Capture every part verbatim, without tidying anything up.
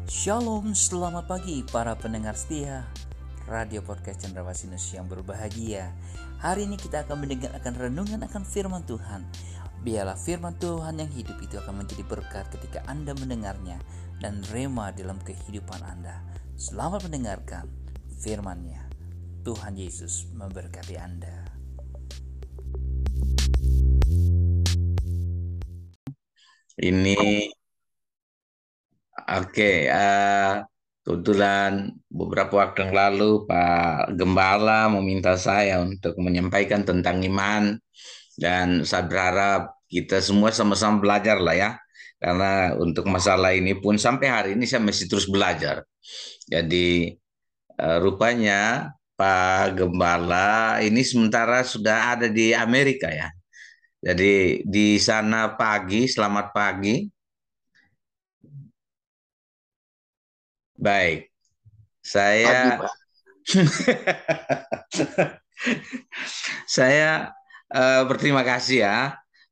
Shalom, selamat pagi para pendengar setia Radio Podcast Cenderawasih yang berbahagia. Hari ini kita akan mendengar akan renungan akan firman Tuhan. Biarlah firman Tuhan yang hidup itu akan menjadi berkat ketika Anda mendengarnya dan rema dalam kehidupan Anda. Selamat mendengarkan firman-Nya. Tuhan Yesus memberkati Anda. Ini oke, okay, uh, kebetulan beberapa waktu yang lalu Pak Gembala meminta saya untuk menyampaikan tentang iman, dan saya berharap kita semua sama-sama belajar lah ya, karena untuk masalah ini pun sampai hari ini saya masih terus belajar. Jadi uh, rupanya Pak Gembala ini sementara sudah ada di Amerika ya. Jadi di sana pagi, selamat pagi. Baik, saya Pagi, saya uh, berterima kasih ya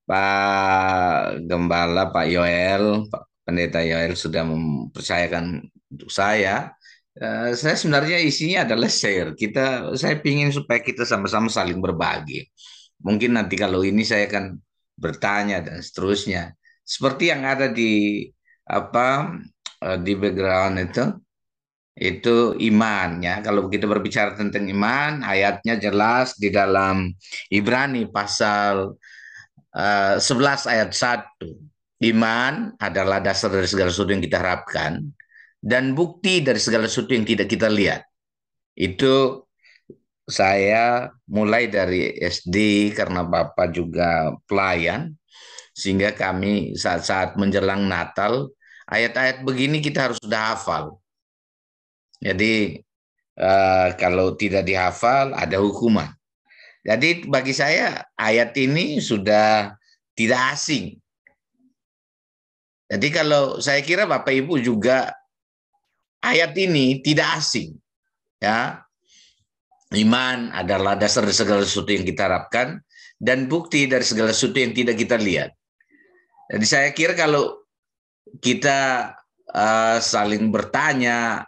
Pak Gembala, Pak Yoel, Pak Pendeta Yoel sudah mempercayakan untuk saya. Uh, saya sebenarnya isinya adalah share. Kita, saya ingin supaya kita sama-sama saling berbagi. Mungkin nanti kalau ini saya akan bertanya dan seterusnya. Seperti yang ada di apa uh, di background itu. Itu iman ya. Kalau kita berbicara tentang iman, ayatnya jelas di dalam Ibrani pasal uh, sebelas ayat satu. Iman adalah dasar dari segala sesuatu yang kita harapkan dan bukti dari segala sesuatu yang tidak kita lihat. Itu saya mulai dari S D karena Bapak juga pelayan, sehingga kami saat-saat menjelang Natal, ayat-ayat begini kita harus sudah hafal. Jadi Uh, kalau tidak dihafal ada hukuman. Jadi bagi saya ayat ini sudah tidak asing. Jadi kalau saya kira Bapak Ibu juga ayat ini tidak asing. Ya, iman adalah dasar dari segala sesuatu yang kita harapkan dan bukti dari segala sesuatu yang tidak kita lihat. Jadi saya kira kalau kita uh, saling bertanya,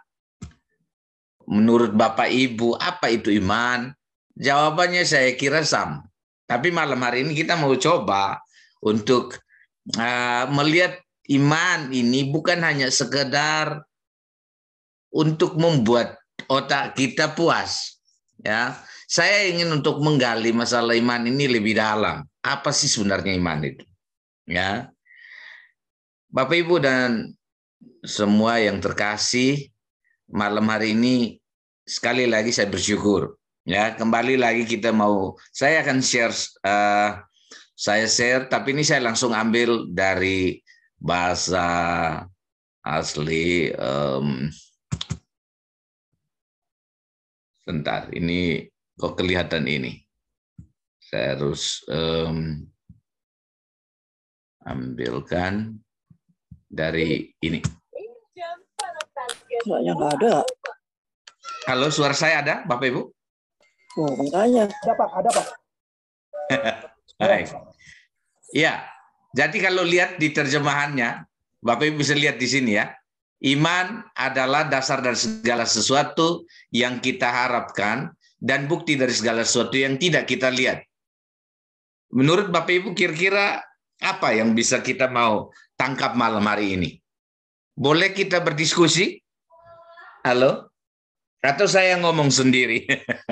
menurut Bapak Ibu, apa itu iman? Jawabannya saya kira sama. Tapi malam hari ini kita mau coba untuk uh, melihat iman ini bukan hanya sekedar untuk membuat otak kita puas. Ya, saya ingin untuk menggali masalah iman ini lebih dalam. Apa sih sebenarnya iman itu? Ya, Bapak Ibu dan semua yang terkasih, malam hari ini sekali lagi saya bersyukur ya, kembali lagi kita mau saya akan share uh, saya share tapi ini saya langsung ambil dari bahasa asli. Um, sebentar, ini kok kelihatan ini, saya harus um, ambilkan dari ini. Soalnya nggak ada. Halo, suara saya ada, Bapak Ibu? Oh, makanya. Ada Pak, ada Pak. Baik. Ya, jadi kalau lihat di terjemahannya, Bapak Ibu bisa lihat di sini ya. Iman adalah dasar dari segala sesuatu yang kita harapkan dan bukti dari segala sesuatu yang tidak kita lihat. Menurut Bapak Ibu kira-kira apa yang bisa kita mau tangkap malam hari ini? Boleh kita berdiskusi? Halo? Atau saya ngomong sendiri?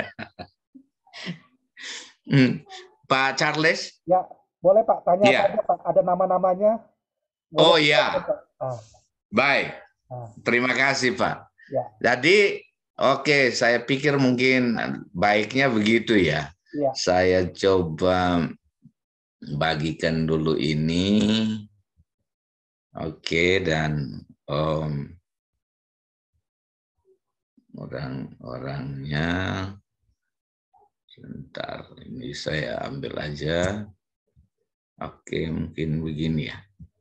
hmm. Pak Charles? Ya, boleh Pak, tanya ya. saja Pak, ada nama-namanya? Oh iya, ah. Baik, ah. Terima kasih Pak. Ya. Jadi, oke, okay, saya pikir mungkin baiknya begitu ya. Ya. Saya coba bagikan dulu ini. Oke, okay, dan um, orang-orangnya, sebentar, ini saya ambil aja. Oke, mungkin begini ya.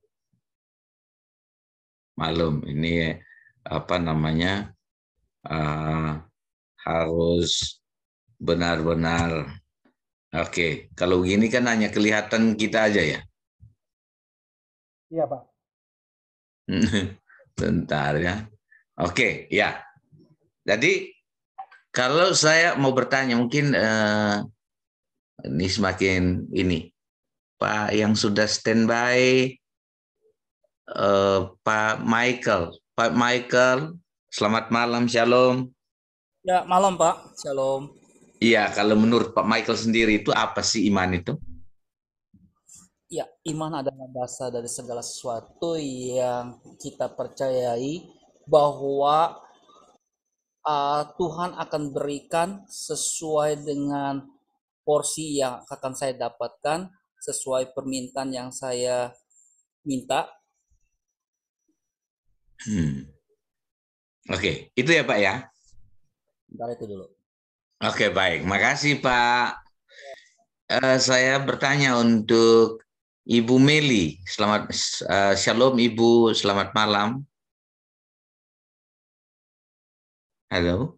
Malum, ini apa namanya, uh, harus benar-benar. Oke, kalau gini kan hanya kelihatan kita aja ya. Iya Pak. Bentar ya. Oke, ya. Jadi kalau saya mau bertanya, mungkin eh, ini semakin ini, Pak yang sudah standby, eh, Pak Michael, Pak Michael, selamat malam, shalom. Ya, malam Pak. Shalom. Iya, kalau menurut Pak Michael sendiri itu apa sih iman itu? Ya, iman adalah dasar dari segala sesuatu yang kita percayai bahwa uh, Tuhan akan berikan sesuai dengan porsi yang akan saya dapatkan, sesuai permintaan yang saya minta. Hmm. Oke, itu ya Pak ya? Bentar itu dulu. Oke, baik. Makasih Pak. Uh, saya bertanya untuk Ibu Meli. Selamat uh, shalom Ibu, selamat malam. Halo.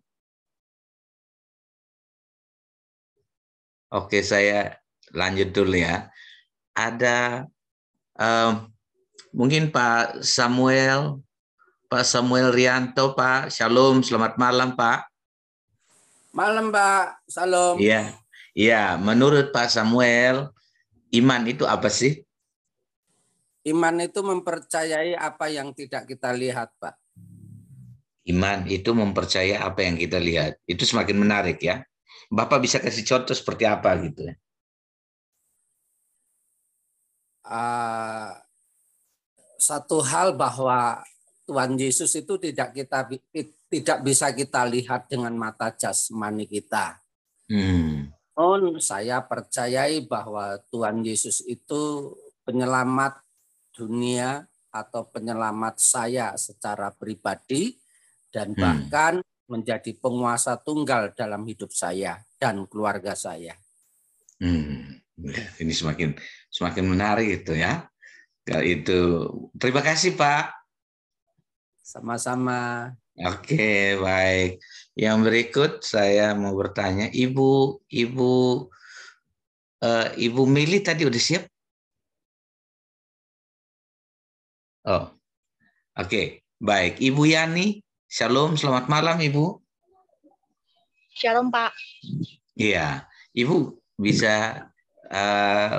Oke, saya lanjut dulu ya. Ada um, mungkin Pak Samuel, Pak Samuel Rianto, Pak. Shalom, selamat malam Pak. Malam Pak, salam. Iya, iya. Menurut Pak Samuel, iman itu apa sih? Iman itu mempercayai apa yang tidak kita lihat, Pak. Iman itu mempercayai apa yang kita lihat. Itu semakin menarik ya. Bapak bisa kasih contoh seperti apa gitu ya? Uh, satu hal bahwa Tuhan Yesus itu tidak kita tidak bisa kita lihat dengan mata jasmani kita. Hmm. Oh, saya percayai bahwa Tuhan Yesus itu penyelamat dunia atau penyelamat saya secara pribadi dan bahkan hmm. menjadi penguasa tunggal dalam hidup saya dan keluarga saya. Hmm. Ini semakin semakin menarik itu ya. Itu terima kasih Pak. Sama-sama. Oke, baik. Yang berikut saya mau bertanya, Ibu, Ibu, uh, Ibu Mili tadi udah siap? Oh, oke, okay. Baik. Ibu Yani, shalom, selamat malam Ibu. Shalom Pak. Iya, Ibu bisa uh,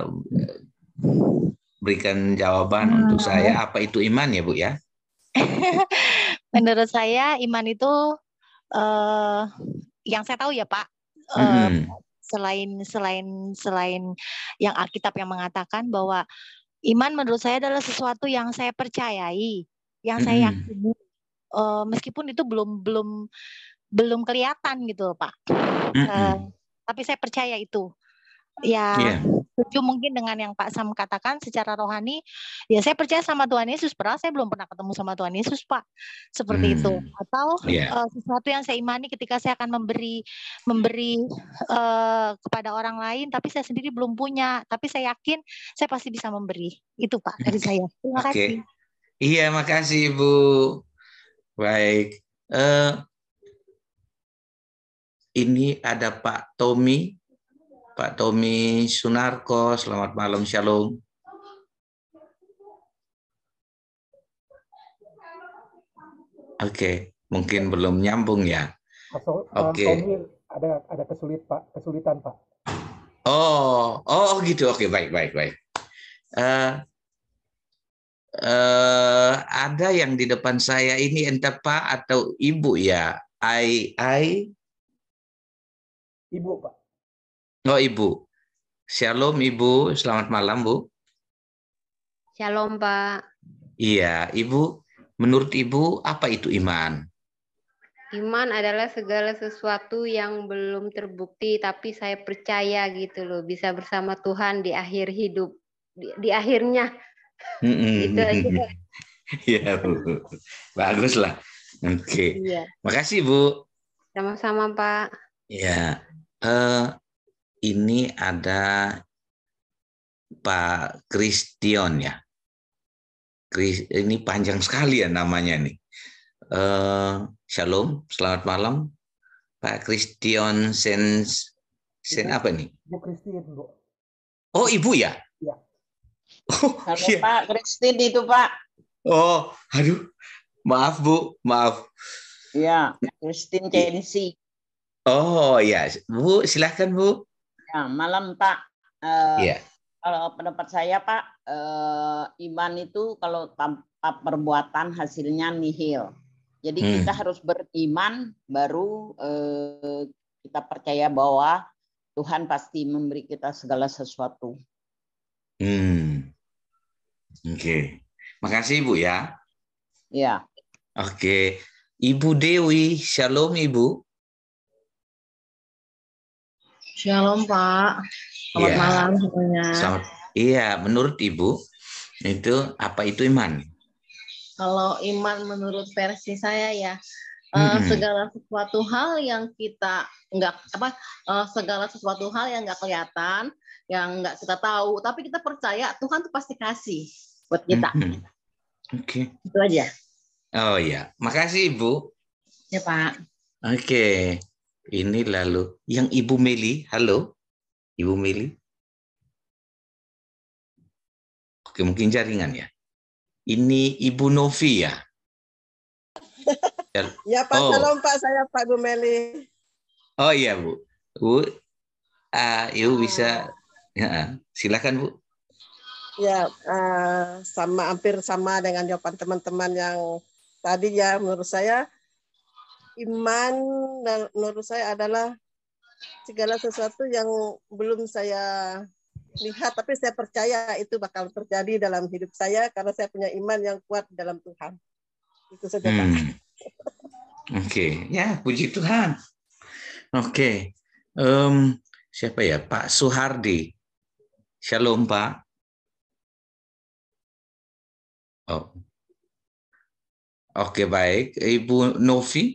berikan jawaban hmm. untuk saya apa itu iman ya Bu ya? Menurut saya iman itu uh, yang saya tahu ya Pak, uh, mm-hmm. selain selain selain yang Alkitab yang mengatakan bahwa iman menurut saya adalah sesuatu yang saya percayai, yang mm-hmm. saya yakini, uh, meskipun itu belum belum belum kelihatan gitu Pak. Mm-hmm. Uh, tapi saya percaya itu. Ya, yeah. setuju mungkin dengan yang Pak Sam katakan secara rohani. Ya, saya percaya sama Tuhan Yesus. Padahal saya belum pernah ketemu sama Tuhan Yesus, Pak. Seperti hmm. itu. Atau yeah. uh, sesuatu yang saya imani ketika saya akan memberi memberi uh, kepada orang lain, tapi saya sendiri belum punya. Tapi saya yakin saya pasti bisa memberi. Itu Pak dari saya. Terima okay. kasih. Iya, makasih Ibu. Baik. Uh, ini ada Pak Tommy. Pak Tommy Sunarko, selamat malam, shalom. Oke, okay. Mungkin belum nyambung ya. Oke. Okay. Ada ada kesulit Pak, kesulitan Pak. Oh, oh gitu. Oke, okay. baik, baik, baik. Uh, uh, ada yang di depan saya ini entah Pak atau Ibu ya? I, I. Ibu Pak. Oh Ibu, shalom Ibu, selamat malam Bu. Shalom Pak. Iya, Ibu, menurut Ibu apa itu iman? Iman adalah segala sesuatu yang belum terbukti, tapi saya percaya gitu loh, bisa bersama Tuhan di akhir hidup, di, di akhirnya. Gitu aja. Iya Bu, bagus lah. Oke, okay. Iya. Makasih Bu. Sama-sama Pak. Iya. Uh, Ini ada Pak Kristion ya. Chris, ini panjang sekali ya namanya nih. Uh, shalom, selamat malam. Pak Kristion Sen, Sen apa nih? Ibu Kristin, Bu. Oh, Ibu ya? Iya. Oh, iya. Pak Kristin itu Pak. Oh, aduh. Maaf Bu, maaf. Ya, Christine Chensi. Oh ya, Bu, silahkan Bu. Ya, malam Pak. Eh, Iya. Kalau pendapat saya Pak, eh, iman itu kalau tanpa perbuatan hasilnya nihil. Jadi Hmm. kita harus beriman baru eh, kita percaya bahwa Tuhan pasti memberi kita segala sesuatu. Hmm. Oke. Makasih Ibu ya. Ya. Oke. Ibu Dewi, shalom Ibu. Shalom Pak. Selamat Ya. malam semuanya. Selamat. Iya, menurut Ibu itu apa itu iman? Kalau iman menurut versi saya ya, eh, Mm-mm. segala sesuatu hal yang kita nggak apa eh, segala sesuatu hal yang nggak kelihatan, yang nggak kita tahu, tapi kita percaya Tuhan tuh pasti kasih buat kita. Mm-mm. Oke. Itu aja. Oh ya, makasih Ibu. Ya Pak. Oke. Ini lalu yang Ibu Meli, halo, Ibu Meli. Oke, mungkin jaringan ya. Ini Ibu Novi ya. Ya Pak, Oh. shalom Pak, saya Pak Bu Meli. Oh iya Bu, Bu, ah, Ibu bisa, ya, silakan Bu. Ya, eh, sama hampir sama dengan jawaban teman-teman yang tadi ya. Menurut saya iman dan menurut saya adalah segala sesuatu yang belum saya lihat tapi saya percaya itu bakal terjadi dalam hidup saya karena saya punya iman yang kuat dalam Tuhan. Itu saja Pak. Hmm. Oke, ya puji Tuhan. Oke, Em, siapa ya? Pak Suhardi. Shalom Pak. Oh. Oke baik, Ibu Novi.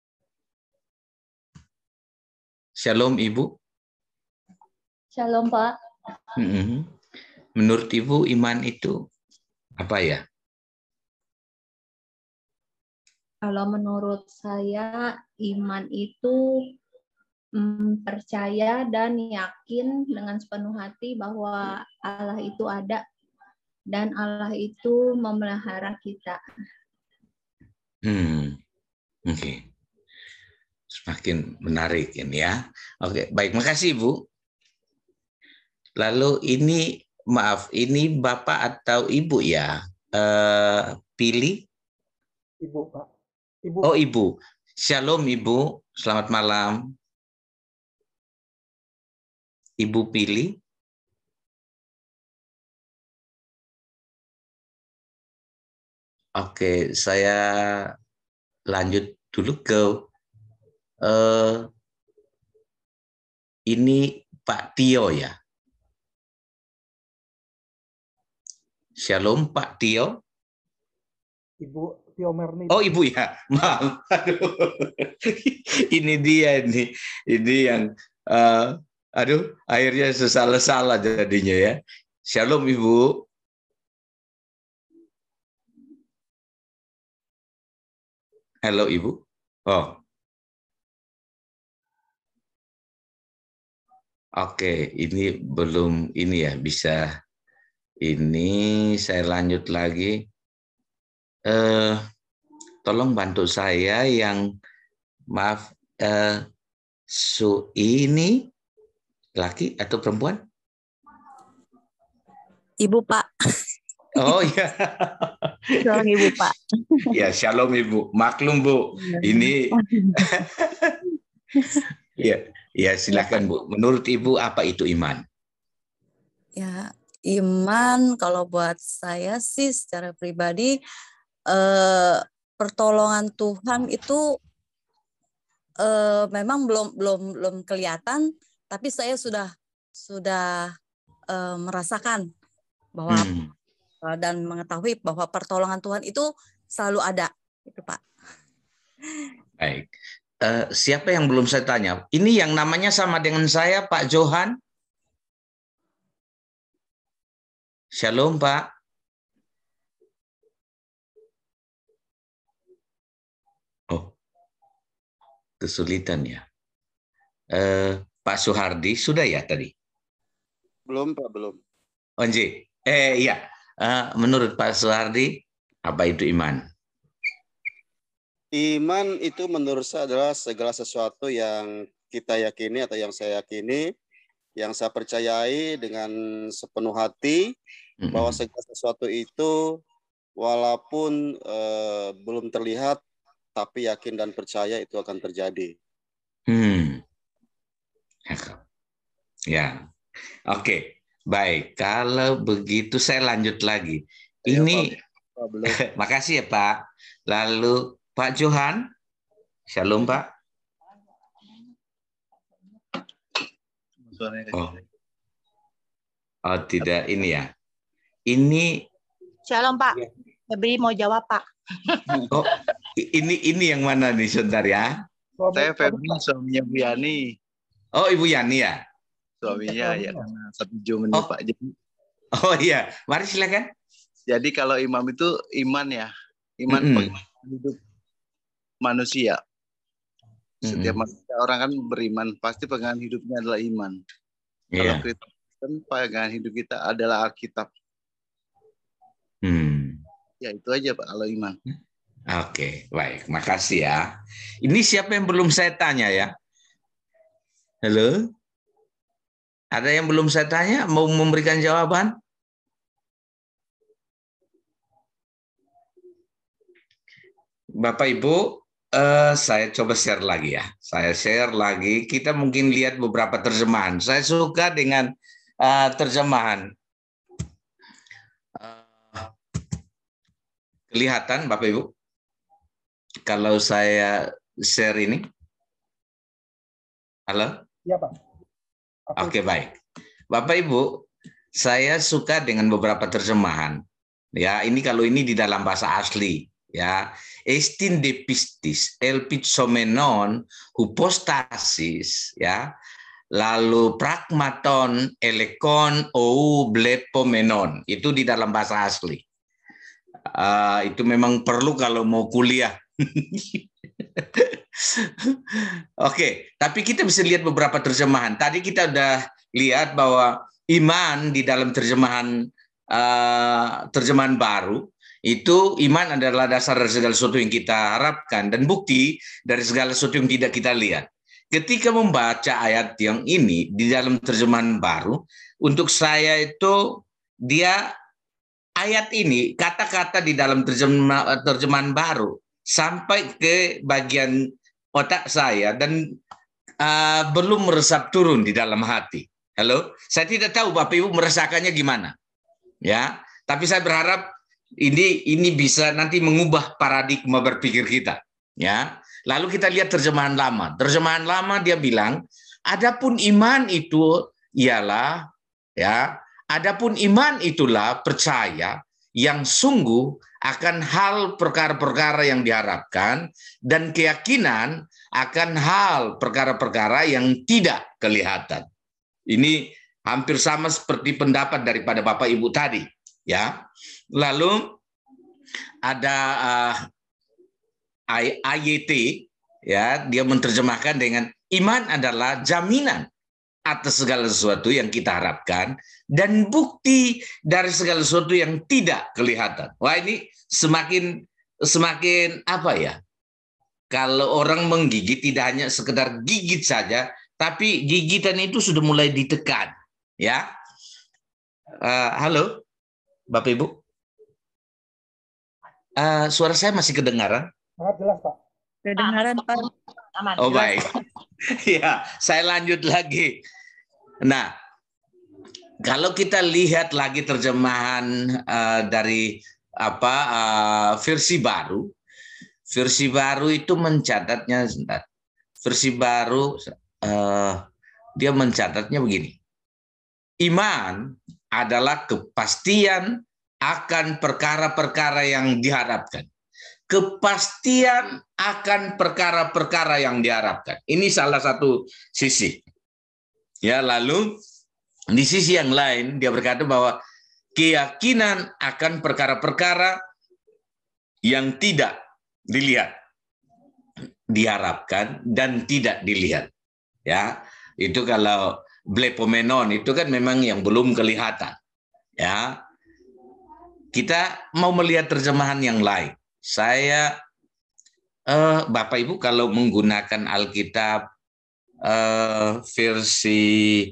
Shalom Ibu. Shalom Pak. Mm-mm. Menurut Ibu iman itu apa ya? Kalau menurut saya iman itu hmm, percaya dan yakin dengan sepenuh hati bahwa Allah itu ada dan Allah itu memelihara kita. Hmm. Oke. Semakin menarik ini ya. Oke, baik, makasih Ibu. Lalu ini maaf, ini Bapak atau Ibu ya? Eh, pilih. Ibu, Pak. Ibu. Oh, Ibu. Shalom Ibu, selamat malam. Ibu pilih. Oke, saya lanjut dulu ke eh, ini Pak Tio ya. Shalom Pak Tio. Ibu Tio Merni. Oh Ibu ya, maaf. Aduh. Ini dia nih, ini yang, uh, aduh, akhirnya sesalah-salah jadinya ya. Shalom Ibu. Halo Ibu. Oh. Oke, ini belum ini ya bisa. Ini saya lanjut lagi. Eh, tolong bantu saya yang maaf eh, su ini laki atau perempuan? Ibu Pak. Oh ya. Shalom Ibu Pak. Ya shalom Ibu. Maklum Bu. Ini. Ya, ya silakan Bu. Menurut Ibu apa itu iman? Ya, iman kalau buat saya sih secara pribadi eh, pertolongan Tuhan itu eh, memang belum belum belum kelihatan, tapi saya sudah sudah eh, merasakan bahwa Hmm. dan mengetahui bahwa pertolongan Tuhan itu selalu ada, itu Pak. Baik. Eh, siapa yang belum saya tanya? Ini yang namanya sama dengan saya, Pak Johan. Shalom, Pak. Oh, kesulitan ya. Eh, Pak Suhardi sudah ya tadi? Belum, Pak, belum. Onji. Eh, iya. Eh, menurut Pak Suhardi, apa itu iman? Iman itu menurut saya adalah segala sesuatu yang kita yakini atau yang saya yakini, yang saya percayai dengan sepenuh hati, Mm-mm. bahwa segala sesuatu itu walaupun eh, belum terlihat, tapi yakin dan percaya itu akan terjadi. Hmm. Ya, oke, baik. Kalau begitu saya lanjut lagi. Ya, Ini, Pak, Pak, belum. makasih ya Pak. Lalu Pak Johan, shalom Pak. Oh, oh tidak ini ya. Ini, Shalom Pak. Febri mau jawab Pak. oh ini ini yang mana nih sebentar ya? Saya Febri, suaminya Bu Yani. Oh Ibu Yani ya. Suaminya ya, karena satu jam menit Oh. Pak. Jadi, Oh iya, mari silakan. jadi kalau imam itu iman ya, iman Mm-mm. pengen hidup manusia. Setiap Mm-mm. manusia orang kan beriman, pasti pegangan hidupnya adalah iman. Kalau Iya. Kristen, pegangan hidup kita adalah Alkitab. Hmm. Ya itu aja Pak kalau iman. Oke, baik. Makasih ya. Ini siapa yang belum saya tanya ya? Halo? Ada yang belum saya tanya? Mau memberikan jawaban? Bapak Ibu, eh, saya coba share lagi ya. Saya share lagi. Kita mungkin lihat beberapa terjemahan. Saya suka dengan eh, terjemahan. Eh, kelihatan Bapak Ibu? Kalau saya share ini? Halo? Iya Pak. Oke, baik. Bapak Ibu, saya suka dengan beberapa terjemahan. Ya, ini kalau ini di dalam bahasa asli, ya. Estin de pistis, el pitsomenon, hypostasis, ya. Lalu pragmaton, elekon, ou blepomenon. Itu di dalam bahasa asli. Uh, itu memang perlu kalau mau kuliah. Oke, tapi kita bisa lihat beberapa terjemahan. Tadi kita udah lihat bahwa iman di dalam terjemahan uh, terjemahan baru itu iman adalah dasar dari segala sesuatu yang kita harapkan dan bukti dari segala sesuatu yang tidak kita lihat. Ketika membaca ayat yang ini di dalam terjemahan baru, untuk saya itu dia ayat ini kata-kata di dalam terjemahan, terjemahan baru sampai ke bagian otak saya dan uh, belum meresap turun di dalam hati. Halo, saya tidak tahu Bapak Ibu merasakannya gimana, ya. Tapi saya berharap ini ini bisa nanti mengubah paradigma berpikir kita, ya. Lalu kita lihat terjemahan lama. Terjemahan lama dia bilang, adapun iman itu ialah, ya, adapun iman itulah percaya yang sungguh akan hal perkara-perkara yang diharapkan dan keyakinan akan hal perkara-perkara yang tidak kelihatan. Ini hampir sama seperti pendapat daripada Bapak Ibu tadi, ya. Lalu ada uh, A Y T, ya, dia menerjemahkan dengan iman adalah jaminan atas segala sesuatu yang kita harapkan dan bukti dari segala sesuatu yang tidak kelihatan. Wah, ini semakin semakin apa ya? Kalau orang menggigit tidak hanya sekedar gigit saja, tapi gigitan itu sudah mulai ditekan, ya. Uh, halo, Bapak Ibu. Uh, suara saya masih kedengaran? Sangat jelas Pak. Kedengaran Pak. Aman. Oh baik. Ya, saya lanjut lagi. Nah, kalau kita lihat lagi terjemahan uh, dari apa uh, versi baru, versi baru itu mencatatnya, versi baru uh, dia mencatatnya begini. Iman adalah kepastian akan perkara-perkara yang diharapkan. Kepastian akan perkara-perkara yang diharapkan. Ini salah satu sisi. Ya, lalu di sisi yang lain dia berkata bahwa keyakinan akan perkara-perkara yang tidak dilihat, diharapkan dan tidak dilihat. Ya, itu kalau blepomenon itu kan memang yang belum kelihatan. Ya, kita mau melihat terjemahan yang lain. Saya uh, Bapak Ibu kalau menggunakan Alkitab uh, versi,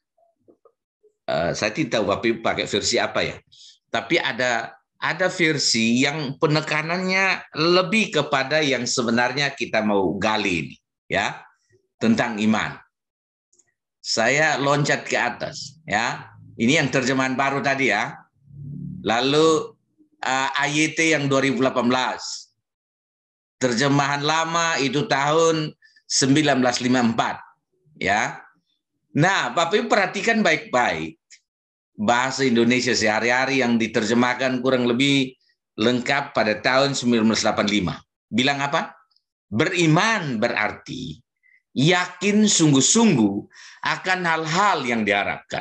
uh, saya tidak tahu Bapak Ibu pakai versi apa ya, tapi ada ada versi yang penekanannya lebih kepada yang sebenarnya kita mau gali ini, ya, tentang iman. Saya loncat ke atas, ya. Ini yang terjemahan baru tadi ya. Lalu uh, A Y T yang dua ribu delapan belas. Terjemahan lama itu tahun seribu sembilan ratus lima puluh empat, ya. Nah, Bapak Ibu perhatikan baik-baik bahasa Indonesia sehari-hari yang diterjemahkan kurang lebih lengkap pada tahun seribu sembilan ratus delapan puluh lima. Bilang apa? Beriman berarti yakin sungguh-sungguh akan hal-hal yang diharapkan.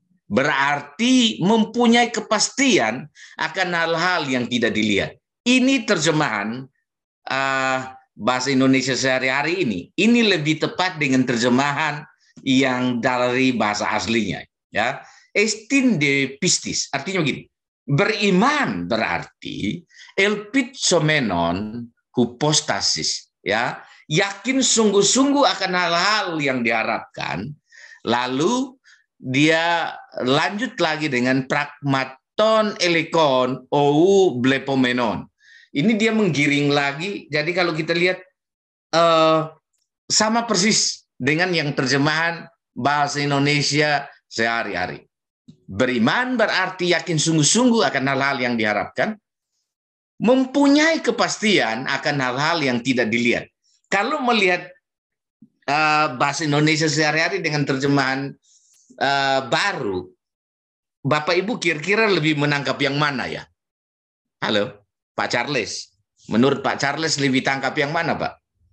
Berarti mempunyai kepastian akan hal-hal yang tidak dilihat. Ini terjemahan uh, bahasa Indonesia sehari-hari ini. Ini lebih tepat dengan terjemahan yang dari bahasa aslinya, ya. Estinde pistis, artinya begini. Beriman berarti elpitsomenon hypostasis, ya. Yakin sungguh-sungguh akan hal-hal yang diharapkan. Lalu dia lanjut lagi dengan pragmaton elekon ou blepomenon. Ini dia menggiring lagi. Jadi kalau kita lihat uh, sama persis dengan yang terjemahan bahasa Indonesia sehari-hari. Beriman berarti yakin sungguh-sungguh akan hal-hal yang diharapkan. Mempunyai kepastian akan hal-hal yang tidak dilihat. Kalau melihat uh, bahasa Indonesia sehari-hari dengan terjemahan uh, baru, Bapak Ibu kira-kira lebih menangkap yang mana ya? Halo, Pak Charles. Menurut Pak Charles lebih tangkap yang mana, Pak?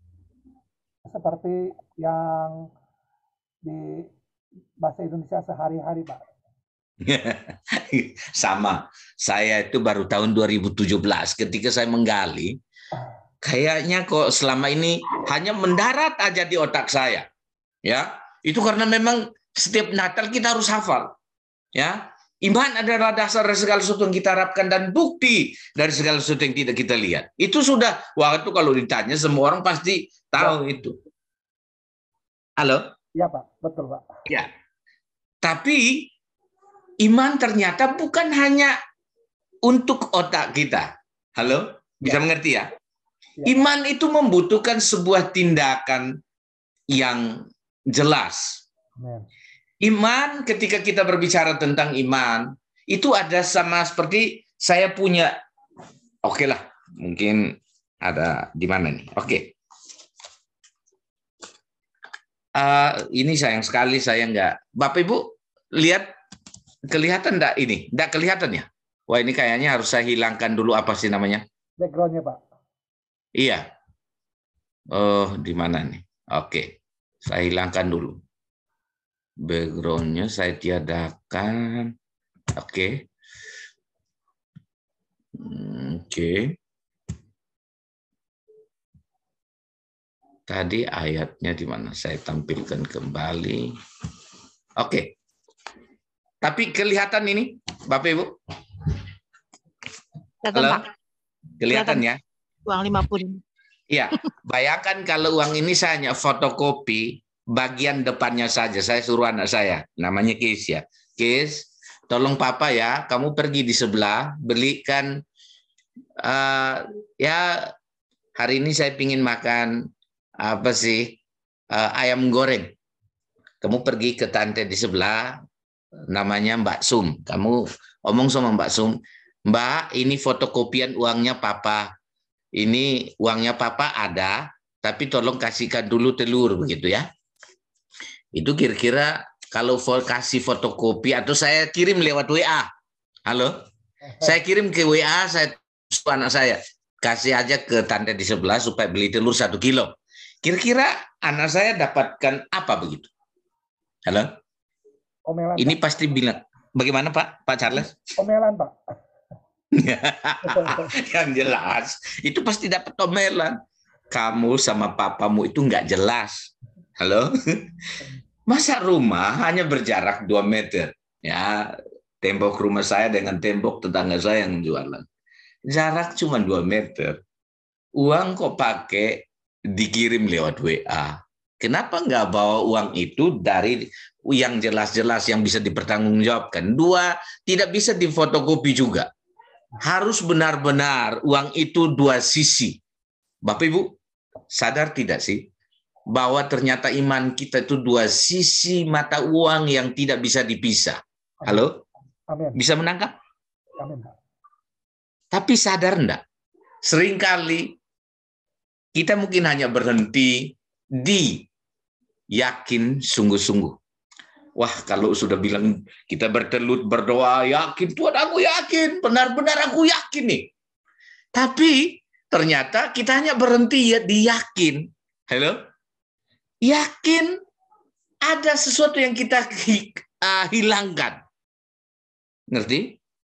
Seperti yang di bahasa Indonesia sehari-hari, Pak. Sama. Saya itu baru tahun dua ribu tujuh belas ketika saya menggali. Kayaknya kok selama ini hanya mendarat aja di otak saya, ya. Itu karena memang setiap Natal kita harus hafal, ya. Iman adalah dasar dari segala sesuatu yang kita harapkan dan bukti dari segala sesuatu yang tidak kita lihat. Itu sudah, waktu kalau ditanya semua orang pasti tahu ya. Itu. Halo? Iya Pak, betul Pak. Ya. Tapi iman ternyata bukan hanya untuk otak kita. Halo? Bisa ya. Mengerti ya? Iman itu membutuhkan sebuah tindakan yang jelas. Iman, ketika kita berbicara tentang iman, itu ada sama seperti saya punya, oke okay lah, mungkin ada di mana nih? Oke. Okay. Uh, ini sayang sekali saya nggak. Bapak Ibu, lihat, kelihatan enggak ini? Enggak kelihatan ya? Wah, ini kayaknya harus saya hilangkan dulu apa sih namanya? Background-nya, Pak. Iya. Oh, di mana nih? Oke. Saya hilangkan dulu. Background-nya saya tiadakan. Oke. Oke. Tadi ayatnya di mana? Saya tampilkan kembali. Oke. Tapi kelihatan ini, Bapak Ibu? Halo? Kelihatan ya? Uang lima puluh. Iya, bayangkan kalau uang ini saya hanya fotokopi bagian depannya saja. Saya suruh anak saya, namanya Kis ya. Kis, tolong Papa ya, kamu pergi di sebelah, belikan, uh, ya hari ini saya pingin makan, apa sih, uh, ayam goreng. Kamu pergi ke tante di sebelah, namanya Mbak Sum. Kamu omong sama Mbak Sum, Mbak, ini fotokopian uangnya Papa. Ini uangnya Papa ada, tapi tolong kasihkan dulu telur begitu ya. Itu kira-kira kalau kasih fotokopi atau saya kirim lewat W A. Halo? Saya kirim ke W A, saya suruh anak saya kasih aja ke tante di sebelah supaya beli telur satu kilo. Kira-kira anak saya dapatkan apa begitu? Halo? Omelan. Ini Pak. Pasti bilang, bagaimana Pak? Pak Charles? Omelan Pak. Yang jelas itu pasti dapat omelan. Kamu sama papamu itu nggak jelas. Halo, masa rumah hanya berjarak dua meter ya, tembok rumah saya dengan tembok tetangga saya yang jualan jarak cuma dua meter. uang kok pakai dikirim lewat W A? Kenapa nggak bawa uang itu dari yang jelas-jelas yang bisa dipertanggungjawabkan? Dua, tidak bisa difotokopi juga. Harus benar-benar uang itu dua sisi. Bapak Ibu, sadar tidak sih bahwa ternyata iman kita itu dua sisi mata uang yang tidak bisa dipisah? Halo? Amin. Bisa menangkap? Amin. Tapi sadar enggak? Seringkali kita mungkin hanya berhenti di yakin sungguh-sungguh. Wah, kalau sudah bilang kita bertelut berdoa, yakin, Tuhan aku yakin, benar-benar aku yakin nih. Tapi ternyata kita hanya berhenti ya di yakin. Halo? Yakin ada sesuatu yang kita uh, hilangkan. Ngerti?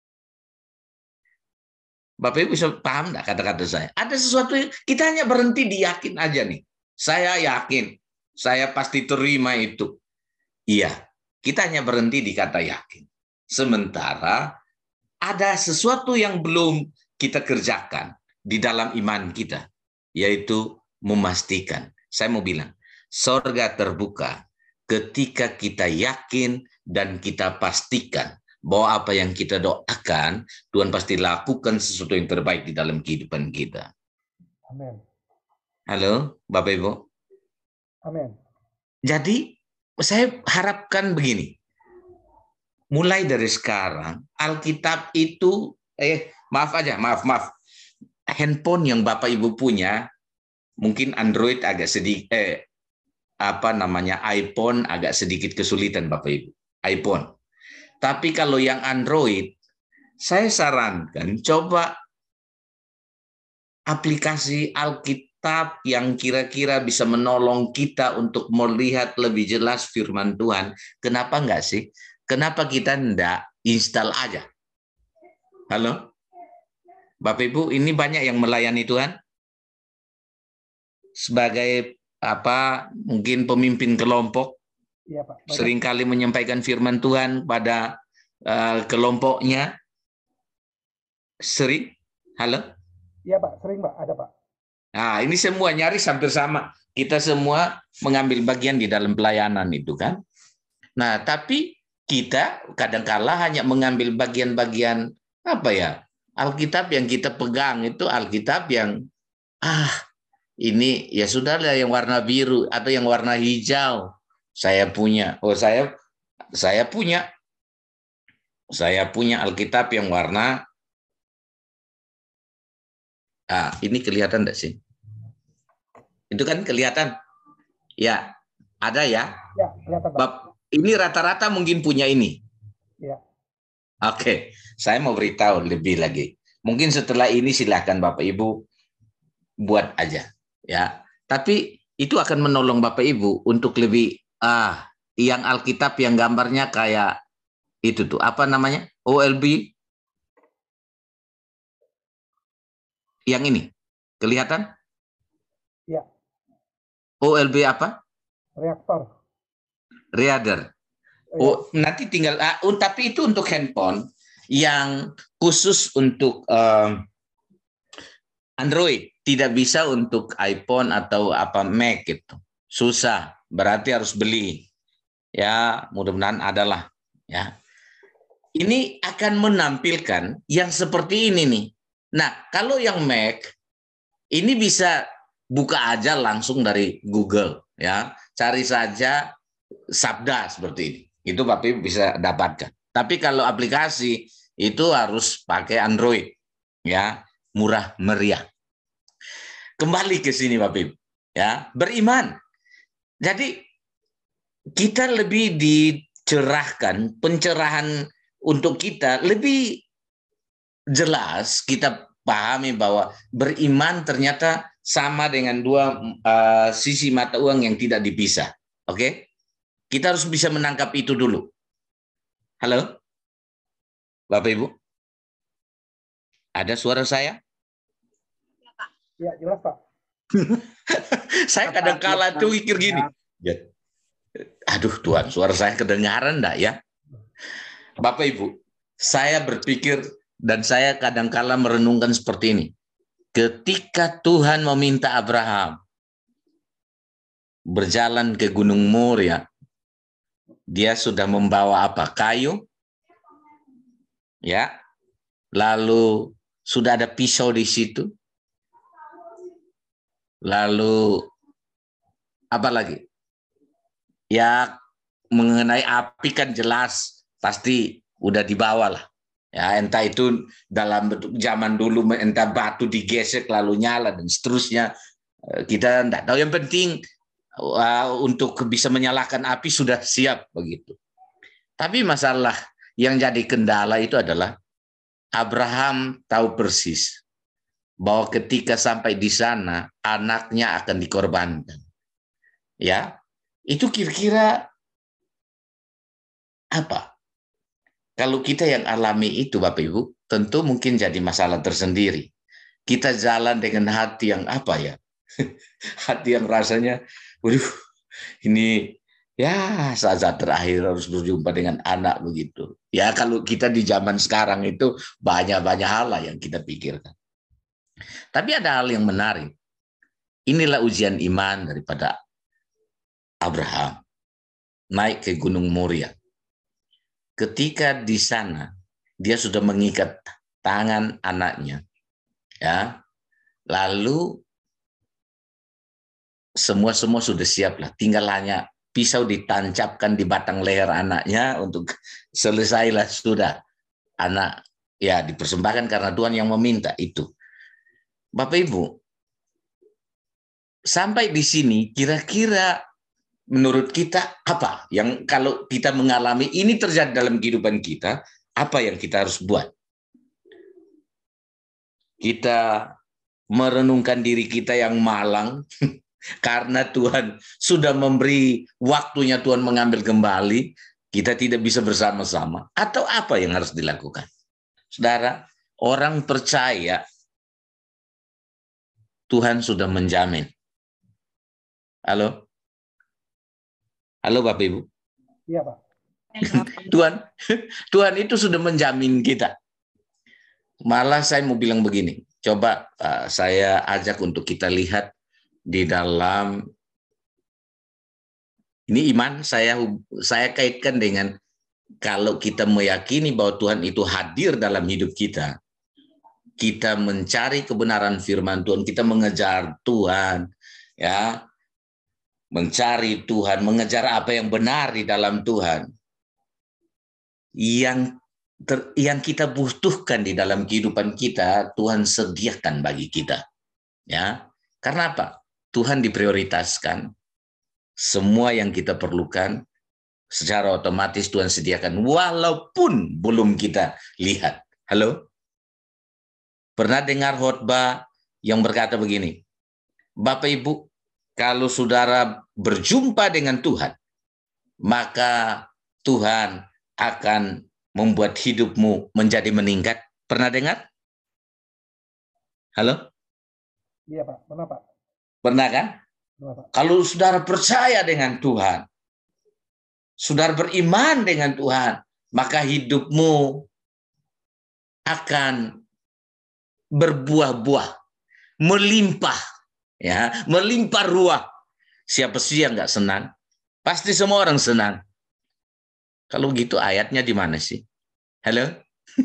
Bapak Ibu bisa paham enggak kata-kata saya? Ada sesuatu yang kita hanya berhenti di yakin aja nih. Saya yakin, saya pasti terima itu. Iya, kita hanya berhenti di kata yakin. Sementara ada sesuatu yang belum kita kerjakan di dalam iman kita, yaitu memastikan. Saya mau bilang, sorga terbuka ketika kita yakin dan kita pastikan bahwa apa yang kita doakan, Tuhan pasti lakukan sesuatu yang terbaik di dalam kehidupan kita. Amin. Halo, Bapak Ibu. Amin. Jadi, saya harapkan begini. Mulai dari sekarang, Alkitab itu, eh, maaf aja, maaf, maaf. Handphone yang Bapak Ibu punya, mungkin Android agak sedikit, eh, apa namanya, iPhone agak sedikit kesulitan Bapak Ibu. iPhone. Tapi kalau yang Android, saya sarankan coba aplikasi Alkitab yang kira-kira bisa menolong kita untuk melihat lebih jelas firman Tuhan. Kenapa enggak sih? Kenapa kita enggak install aja? Halo? Bapak Ibu, ini banyak yang melayani Tuhan. Sebagai apa? Mungkin pemimpin kelompok. Iya, Pak. Seringkali menyampaikan firman Tuhan pada uh, kelompoknya. Sering? Halo? Iya, Pak. Sering, Pak. Ada, Pak. Nah, ini semua nyaris hampir sama. Kita semua mengambil bagian di dalam pelayanan itu kan. Nah, tapi kita kadangkala hanya mengambil bagian-bagian apa ya? Alkitab yang kita pegang itu Alkitab yang ah, ini ya sudahlah yang warna biru atau yang warna hijau. Saya punya, oh saya saya punya, saya punya Alkitab yang warna, ah ini kelihatan enggak sih? Itu kan kelihatan, ya ada ya. Ya kelihatan Pak. Bab, ini rata-rata mungkin punya ini. Ya. Oke, saya mau beritahu lebih lagi. Mungkin setelah ini silakan Bapak Ibu buat aja, ya. Tapi itu akan menolong Bapak Ibu untuk lebih ah, yang Alkitab yang gambarnya kayak itu tuh, apa namanya? O L B. Yang ini, kelihatan? Ya. O L B apa? Reaktor. Reader. Oh, nanti tinggal, ah, tapi itu untuk handphone yang khusus untuk um, Android, tidak bisa untuk iPhone atau apa Mac gitu. Susah. Berarti harus beli. Ya, mudah-mudahan adalah. Ya. Ini akan menampilkan yang seperti ini nih. Nah, kalau yang Mac, ini bisa buka aja langsung dari Google. Ya, cari saja sabda seperti ini. Itu Bapak Ibu bisa dapatkan. Tapi kalau aplikasi, itu harus pakai Android. Ya, murah meriah. Kembali ke sini Bapak Ibu. Ya, beriman. Jadi kita lebih dicerahkan, pencerahan untuk kita lebih jelas kita pahami bahwa beriman ternyata sama dengan dua uh, sisi mata uang yang tidak dipisah. Oke? Kita harus bisa menangkap itu dulu. Halo? Bapak Ibu? Ada suara saya? Ya, jelas Pak. Saya kadang-kala tuh mikir gini. Ya. Aduh Tuhan, suara saya kedengaran enggak ya? Bapak Ibu, saya berpikir dan saya kadang-kala merenungkan seperti ini. ketika Tuhan meminta Abraham berjalan ke Gunung Moria, dia sudah membawa apa? Kayu, ya. Lalu sudah ada pisau di situ. Lalu apa lagi? Ya, mengenai api kan jelas pasti udah dibawa lah. Ya, entah itu dalam bentuk zaman dulu, entah batu digesek lalu nyala dan seterusnya. Kita tidak tahu. Yang penting uh, untuk bisa menyalakan api sudah siap begitu. Tapi masalah yang jadi kendala itu adalah Abraham tahu persis bahwa ketika sampai di sana anaknya akan dikorbankan. Ya, itu kira-kira apa? Kalau kita yang alami itu, Bapak Ibu, tentu mungkin jadi masalah tersendiri. Kita jalan dengan hati yang apa ya? Hati yang rasanya, waduh, ini ya saat-saat terakhir harus berjumpa dengan anak begitu. Ya kalau kita di zaman sekarang itu banyak-banyak hal lah yang kita pikirkan. Tapi ada hal yang menarik. Inilah ujian iman daripada Abraham. Naik ke Gunung Moria. Ketika di sana dia sudah mengikat tangan anaknya, ya, lalu semua semua sudah siap lah, tinggal hanya pisau ditancapkan di batang leher anaknya untuk selesailah sudah anak ya dipersembahkan karena Tuhan yang meminta itu. Bapak Ibu, sampai di sini kira-kira menurut kita apa yang kalau kita mengalami ini terjadi dalam kehidupan kita, apa yang kita harus buat? Kita merenungkan diri kita yang malang karena Tuhan sudah memberi waktunya Tuhan mengambil kembali, kita tidak bisa bersama-sama. Atau apa yang harus dilakukan? Saudara, orang percaya Tuhan sudah menjamin. Halo? Halo Bapak Ibu. Iya Pak. Tuhan, Tuhan itu sudah menjamin kita. Malah saya mau bilang begini, coba uh, saya ajak untuk kita lihat di dalam ini iman saya saya kaitkan dengan kalau kita meyakini bahwa Tuhan itu hadir dalam hidup kita, kita mencari kebenaran firman Tuhan, kita mengejar Tuhan, ya. Mencari Tuhan, mengejar apa yang benar di dalam Tuhan. Yang ter, yang kita butuhkan di dalam kehidupan kita, Tuhan sediakan bagi kita. Ya. Karena apa? Tuhan diprioritaskan. Semua yang kita perlukan secara otomatis Tuhan sediakan walaupun belum kita lihat. Halo? Pernah dengar khotbah yang berkata begini, Bapak Ibu, kalau saudara berjumpa dengan Tuhan, maka Tuhan akan membuat hidupmu menjadi meningkat. Pernah dengar? Halo? Iya Pak, pernah Pak. Pernah kan? Pernah, Pak. Kalau saudara percaya dengan Tuhan, saudara beriman dengan Tuhan, maka hidupmu akan berbuah-buah, melimpah. Ya, melimpah ruah. Siapa sih yang nggak senang? Pasti semua orang senang. Kalau gitu ayatnya di mana sih? Halo?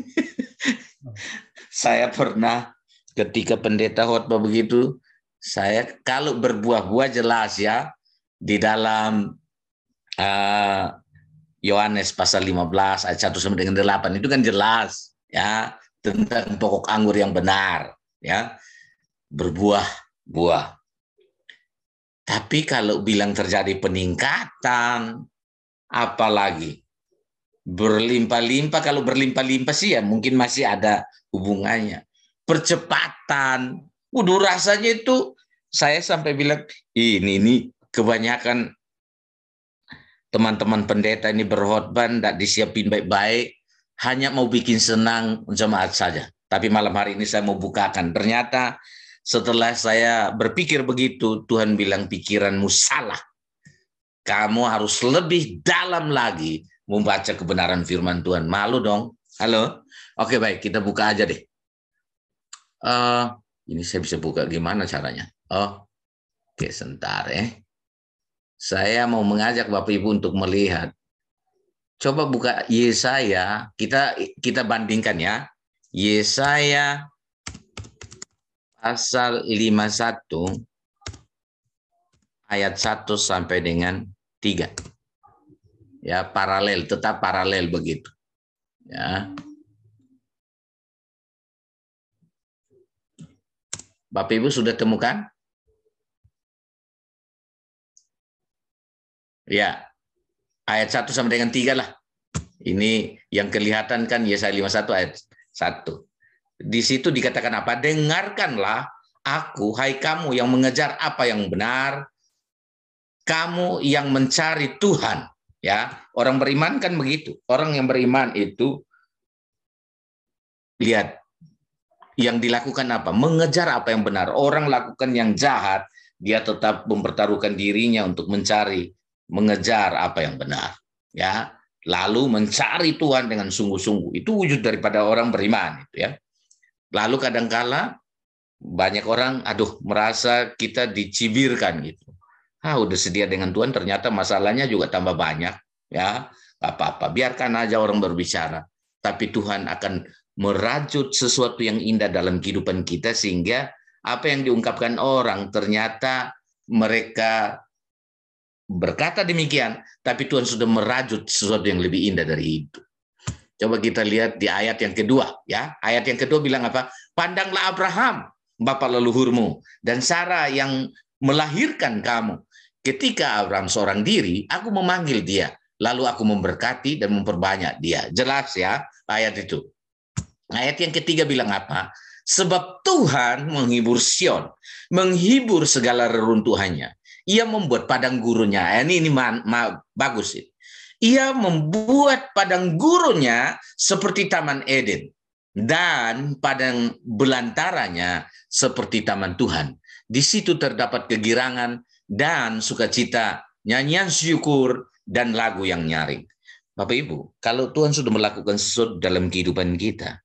Saya pernah ketika pendeta khotbah begitu, saya kalau berbuah-buah jelas ya di dalam uh, Yohanes pasal lima belas ayat satu sampai dengan delapan itu kan jelas ya tentang pokok anggur yang benar ya, berbuah buah. Tapi kalau bilang terjadi peningkatan, apalagi berlimpah-limpah, kalau berlimpah-limpah sih ya mungkin masih ada hubungannya. Percepatan, waduh rasanya itu saya sampai bilang, ini ini kebanyakan teman-teman pendeta ini berkhotbah tidak disiapin baik-baik, hanya mau bikin senang jemaat saja. Tapi malam hari ini saya mau bukakan, ternyata setelah saya berpikir begitu, Tuhan bilang pikiranmu salah. Kamu harus lebih dalam lagi membaca kebenaran firman Tuhan. Malu dong. Halo? Oke baik, kita buka aja deh. Uh, Ini saya bisa buka gimana caranya? Oh, oke, sebentar ya. Saya mau mengajak Bapak Ibu untuk melihat. Coba buka Yesaya, kita kita bandingkan ya. Yesaya pasal lima puluh satu ayat satu sampai dengan tiga. Ya, paralel, tetap paralel begitu. Ya. Bapak Ibu sudah temukan? Ya. Ayat satu sampai dengan tiga lah. Ini yang kelihatan kan Yesaya lima puluh satu ayat satu. Di situ dikatakan apa? Dengarkanlah aku, hai kamu yang mengejar apa yang benar, kamu yang mencari Tuhan. Ya, orang beriman kan begitu. Orang yang beriman itu, lihat, yang dilakukan apa? Mengejar apa yang benar. Orang lakukan yang jahat, dia tetap mempertaruhkan dirinya untuk mencari, mengejar apa yang benar. Ya, lalu mencari Tuhan dengan sungguh-sungguh. Itu wujud daripada orang beriman, itu ya. Lalu kadangkala banyak orang, aduh, merasa kita dicibirkan gitu. Ah, udah sedia dengan Tuhan, ternyata masalahnya juga tambah banyak, ya. Gak apa-apa, biarkan aja orang berbicara. Tapi Tuhan akan merajut sesuatu yang indah dalam kehidupan kita, sehingga apa yang diungkapkan orang ternyata mereka berkata demikian, tapi Tuhan sudah merajut sesuatu yang lebih indah dari itu. Coba kita lihat di ayat yang kedua, ya. Ayat yang kedua bilang apa? Pandanglah Abraham, bapa leluhurmu, dan Sarah yang melahirkan kamu. Ketika Abraham seorang diri, aku memanggil dia, lalu aku memberkati dan memperbanyak dia. Jelas ya ayat itu. Ayat yang ketiga bilang apa? Sebab Tuhan menghibur Sion, menghibur segala reruntuhannya. Ia membuat padang gurunnya. Ini ini ma, ma, bagus ini. Ia membuat padang gurunnya seperti Taman Eden, dan padang belantaranya seperti Taman Tuhan. Di situ terdapat kegirangan dan sukacita, nyanyian syukur dan lagu yang nyaring. Bapak Ibu, kalau Tuhan sudah melakukan sesuatu dalam kehidupan kita,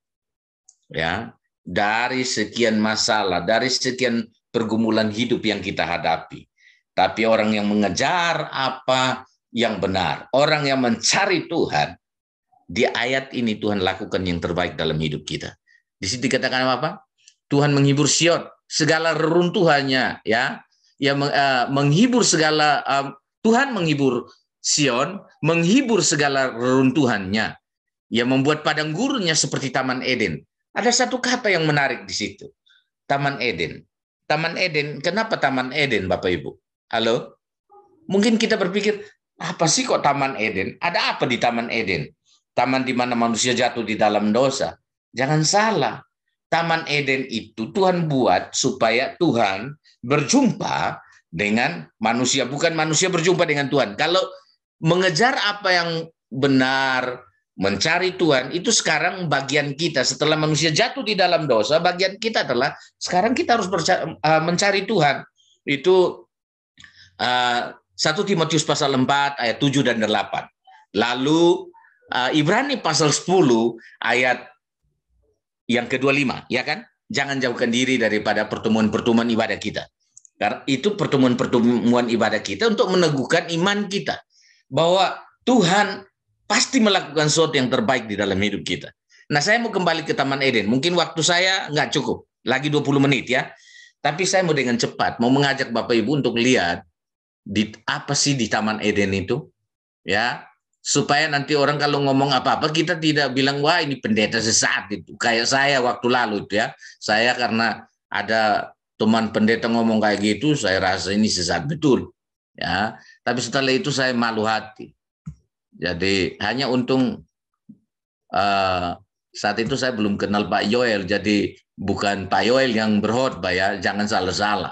ya, dari sekian masalah, dari sekian pergumulan hidup yang kita hadapi, tapi orang yang mengejar apa yang benar, orang yang mencari Tuhan, di ayat ini Tuhan lakukan yang terbaik dalam hidup kita. Di situ dikatakan apa? Tuhan menghibur Sion, segala reruntuhannya, ya, yang uh, menghibur segala uh, Tuhan menghibur Sion, menghibur segala reruntuhannya, yang membuat padang gurunnya seperti Taman Eden. Ada satu kata yang menarik di situ, Taman Eden. Taman Eden, kenapa Taman Eden, Bapak Ibu? Halo? Mungkin kita berpikir, apa sih kok Taman Eden? Ada apa di Taman Eden? Taman di mana manusia jatuh di dalam dosa. Jangan salah. Taman Eden itu Tuhan buat supaya Tuhan berjumpa dengan manusia. Bukan manusia berjumpa dengan Tuhan. Kalau mengejar apa yang benar, mencari Tuhan, itu sekarang bagian kita. Setelah manusia jatuh di dalam dosa, bagian kita adalah sekarang kita harus mencari Tuhan. Itu uh, satu Timotius pasal empat ayat tujuh dan delapan. Lalu uh, Ibrani pasal sepuluh ayat yang kedua puluh lima, ya kan? Jangan jauhkan diri daripada pertemuan-pertemuan ibadah kita. Karena itu pertemuan-pertemuan ibadah kita untuk meneguhkan iman kita. Bahwa Tuhan pasti melakukan sesuatu yang terbaik di dalam hidup kita. Nah, saya mau kembali ke Taman Eden. Mungkin waktu saya nggak cukup. Lagi dua puluh menit ya. Tapi saya mau dengan cepat, mau mengajak Bapak Ibu untuk lihat di apa sih di Taman Eden itu, ya, supaya nanti orang kalau ngomong apa-apa kita tidak bilang wah ini pendeta sesat itu. Kayak saya waktu lalu itu ya, saya karena ada teman pendeta ngomong kayak gitu, saya rasa ini sesat betul, ya. Tapi setelah itu saya malu hati. Jadi hanya untung uh, saat itu saya belum kenal Pak Yoel, jadi bukan Pak Yoel yang berkhotbah ya, jangan salah-salah.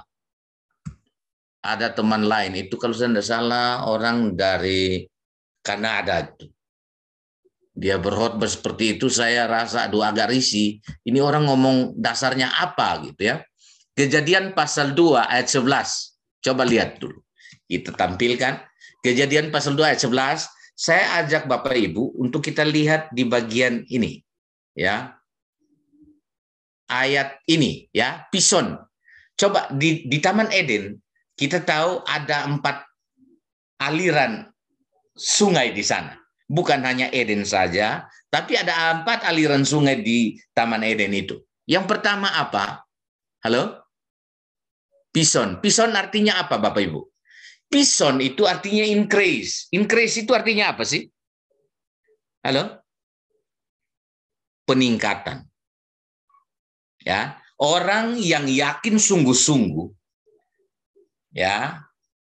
Ada teman lain itu kalau saya tidak salah orang dari Kanada itu. Dia berkhotbah seperti itu, saya rasa aduh agak risih. Ini orang ngomong dasarnya apa gitu ya. Kejadian pasal dua ayat sebelas. Coba lihat dulu. Kita tampilkan Kejadian pasal dua ayat sebelas. Saya ajak Bapak Ibu untuk kita lihat di bagian ini, ya. ayat ini ya, Pison. Coba di, di Taman Eden kita tahu ada empat aliran sungai di sana. Bukan hanya Eden saja, tapi ada empat aliran sungai di Taman Eden itu. Yang pertama apa? Halo? Pison. Pison artinya apa Bapak Ibu? Pison itu artinya increase. Increase itu artinya apa sih? Halo? Peningkatan. Ya, orang yang yakin sungguh-sungguh ya,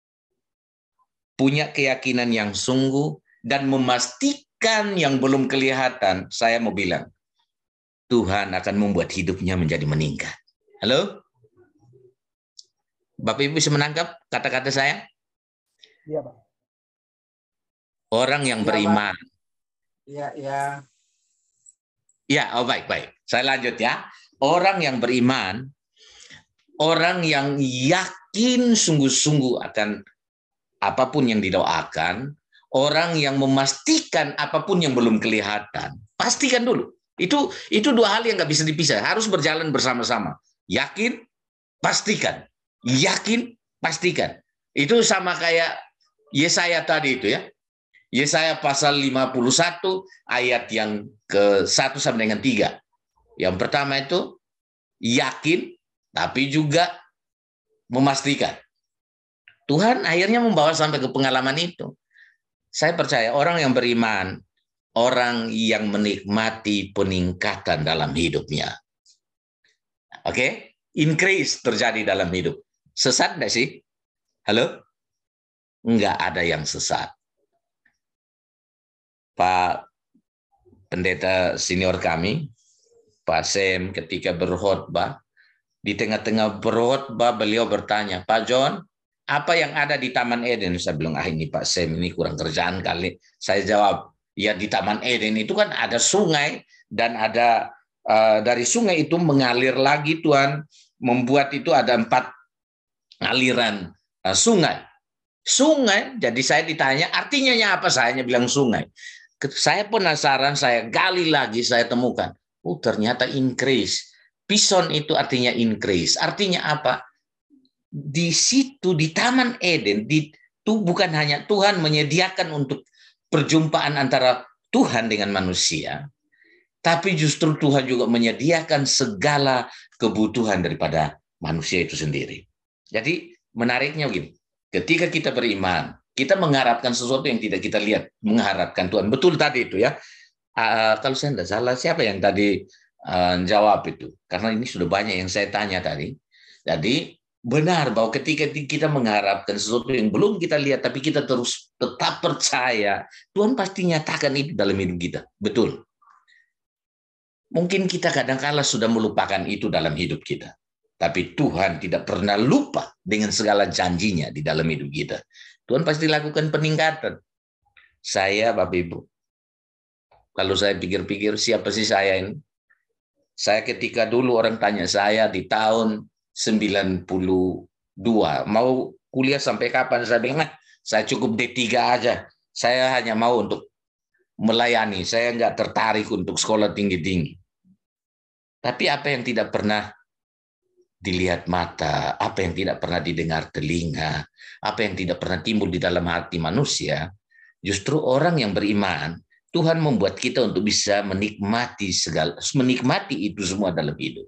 punya keyakinan yang sungguh dan memastikan yang belum kelihatan, saya mau bilang, Tuhan akan membuat hidupnya menjadi meningkat. Halo? Bapak Ibu bisa menangkap kata-kata saya? Iya, Pak. Orang yang Iya, beriman. Iya, iya. Ya, oh baik, baik. Saya lanjut ya. Orang yang beriman, orang yang yakin sungguh-sungguh akan apapun yang didoakan, orang yang memastikan apapun yang belum kelihatan, pastikan dulu. Itu itu dua hal yang nggak bisa dipisah, harus berjalan bersama-sama. Yakin, pastikan. Yakin, pastikan. Itu sama kayak Yesaya tadi itu ya. Yesaya pasal lima puluh satu ayat yang ke satu sampai dengan tiga. Yang pertama itu yakin, tapi juga memastikan. Tuhan akhirnya membawa sampai ke pengalaman itu. Saya percaya orang yang beriman, orang yang menikmati peningkatan dalam hidupnya. Oke? Okay? Increase terjadi dalam hidup. Sesat enggak sih? Halo? Enggak ada yang sesat. Pak pendeta senior kami, Pak Sem, ketika berkhotbah, di tengah-tengah berkhotbah beliau bertanya, Pak John, apa yang ada di Taman Eden? Saya bilang, ah ini Pak Sem, ini kurang kerjaan kali. Saya jawab, ya di Taman Eden itu kan ada sungai, dan ada uh, dari sungai itu mengalir lagi Tuhan, membuat itu ada empat aliran uh, sungai. Sungai, jadi saya ditanya, artinya apa? Saya hanya bilang sungai. Saya penasaran, saya gali lagi, saya temukan. Oh ternyata increase. Pison itu artinya increase. Artinya apa? Di situ, di Taman Eden, di, itu bukan hanya Tuhan menyediakan untuk perjumpaan antara Tuhan dengan manusia, tapi justru Tuhan juga menyediakan segala kebutuhan daripada manusia itu sendiri. Jadi menariknya begini, ketika kita beriman, kita mengharapkan sesuatu yang tidak kita lihat, mengharapkan Tuhan. Betul tadi itu ya. Uh, kalau saya tidak salah, siapa yang tadi uh, jawab itu? Karena ini sudah banyak yang saya tanya tadi. Jadi benar bahwa ketika kita mengharapkan sesuatu yang belum kita lihat, tapi kita terus tetap percaya, Tuhan pasti nyatakan itu dalam hidup kita. Betul. Mungkin kita kadang-kala sudah melupakan itu dalam hidup kita. Tapi Tuhan tidak pernah lupa dengan segala janjinya di dalam hidup kita. Tuhan pasti lakukan peningkatan. Saya, Bapak Ibu, kalau saya pikir-pikir, siapa sih saya ini? Saya ketika dulu orang tanya saya di tahun sembilan puluh dua, mau kuliah sampai kapan? Saya bilang, nah, saya cukup D tiga aja. Saya hanya mau untuk melayani. Saya nggak tertarik untuk sekolah tinggi-tinggi. Tapi apa yang tidak pernah dilihat mata, apa yang tidak pernah didengar telinga, apa yang tidak pernah timbul di dalam hati manusia, justru orang yang beriman, Tuhan membuat kita untuk bisa menikmati segala, menikmati itu semua dalam hidup.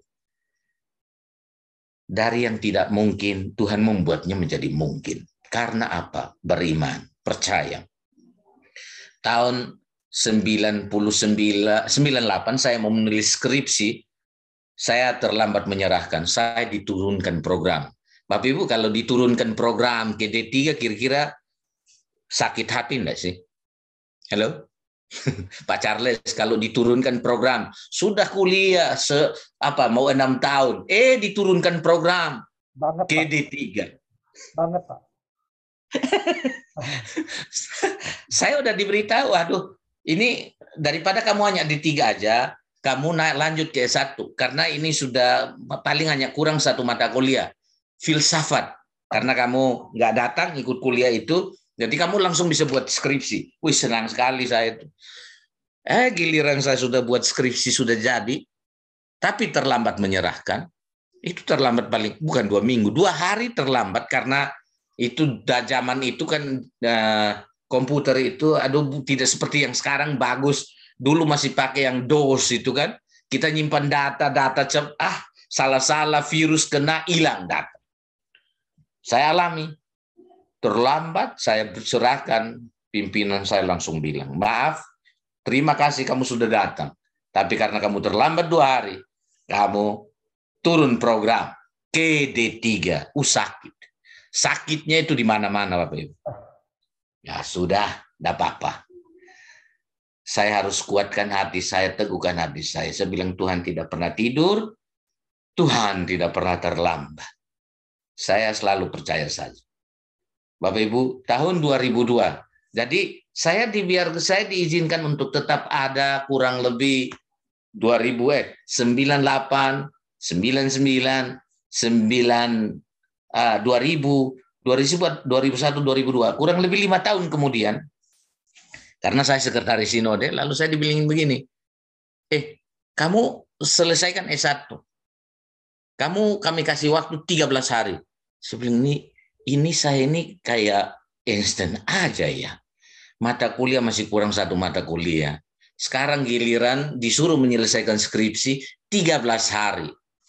Dari yang tidak mungkin, Tuhan membuatnya menjadi mungkin. Karena apa? Beriman, percaya. Tahun sembilan puluh sembilan, sembilan puluh delapan saya mau menulis skripsi, saya terlambat menyerahkan, saya diturunkan program. Bapak Ibu, kalau diturunkan program ke D tiga kira-kira sakit hati enggak sih? Halo? Pak Charles, kalau diturunkan program, sudah kuliah se apa mau enam tahun, eh diturunkan program banget, ke D tiga. Banget, Pak. Saya udah diberitahu, waduh, ini daripada kamu hanya D tiga aja, kamu naik lanjut ke S satu, karena ini sudah paling hanya kurang satu mata kuliah, filsafat, karena kamu nggak datang ikut kuliah itu, jadi kamu langsung bisa buat skripsi. Wih, senang sekali saya itu. Eh, giliran saya sudah buat skripsi sudah jadi, Tapi terlambat menyerahkan, itu terlambat paling, bukan dua minggu, dua hari terlambat karena itu zaman itu kan uh, komputer itu aduh tidak seperti yang sekarang bagus. Dulu masih pakai yang DOS itu kan. Kita nyimpan data-data, ah salah-salah virus kena hilang data. Saya alami. Terlambat saya serahkan, pimpinan saya langsung bilang, maaf, terima kasih kamu sudah datang. Tapi karena kamu terlambat dua hari, kamu turun program K D tiga, uh sakit. Sakitnya itu di mana-mana Bapak Ibu. Ya sudah, tidak apa-apa. Saya harus kuatkan hati saya, teguhkan hati saya. Saya bilang Tuhan tidak pernah tidur, Tuhan tidak pernah terlambat. Saya selalu percaya saja. Bapak Ibu, tahun dua ribu dua. Jadi saya dibiar saya diizinkan untuk tetap ada kurang lebih dua ribu eh sembilan puluh delapan, sembilan puluh sembilan, sembilan ah, dua ribu, dua ribu satu, dua ribu dua, kurang lebih lima tahun kemudian, karena saya sekretaris sinode, lalu saya dibilangin begini, eh kamu selesaikan S satu, kamu kami kasih waktu tiga belas hari. Sebelum ini, ini saya ini kayak instan aja ya, mata kuliah masih kurang satu mata kuliah. Sekarang giliran disuruh menyelesaikan skripsi tiga belas hari.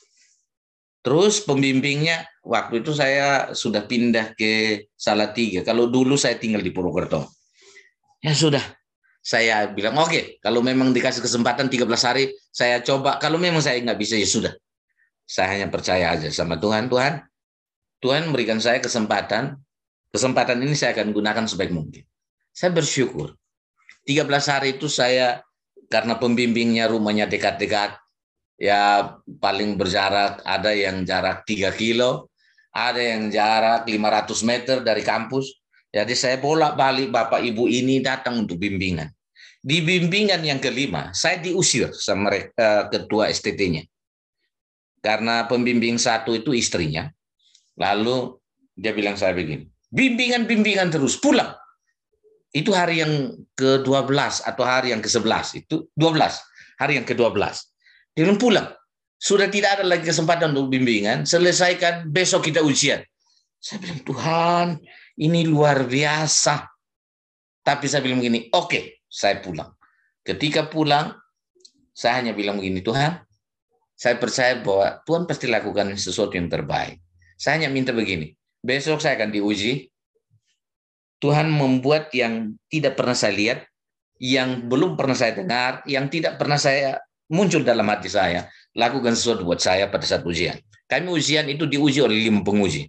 Terus pembimbingnya, waktu itu saya sudah pindah ke Salatiga. Kalau dulu saya tinggal di Purwokerto. Ya sudah, saya bilang oke, okay, kalau memang dikasih kesempatan tiga belas hari, saya coba. Kalau memang saya nggak bisa, ya sudah. Saya hanya percaya aja sama Tuhan. Tuhan, Tuhan memberikan saya kesempatan. Kesempatan ini saya akan gunakan sebaik mungkin. Saya bersyukur. tiga belas hari itu saya, karena pembimbingnya rumahnya dekat-dekat, ya paling berjarak, ada yang jarak tiga kilo, ada yang jarak lima ratus meter dari kampus. Jadi saya bolak-balik Bapak Ibu ini datang untuk bimbingan. Di bimbingan yang kelima, saya diusir sama uh, ketua S T T-nya. Karena pembimbing satu itu istrinya. Lalu dia bilang saya begini, bimbingan-bimbingan terus, pulang. Itu hari yang ke dua belas atau hari yang ke sebelas, itu dua belas, hari yang ke dua belas. Dia bilang pulang. Sudah tidak ada lagi kesempatan untuk bimbingan, selesaikan, besok kita ujian. Saya bilang, Tuhan, ini luar biasa. Tapi saya bilang begini, oke, okay, saya pulang. Ketika pulang, saya hanya bilang begini, Tuhan, saya percaya bahwa Tuhan pasti lakukan sesuatu yang terbaik. Saya hanya minta begini, besok saya akan diuji. Tuhan membuat yang tidak pernah saya lihat, yang belum pernah saya dengar, yang tidak pernah saya muncul dalam hati saya, lakukan sesuatu buat saya pada saat ujian. Kami ujian itu diuji oleh lima penguji.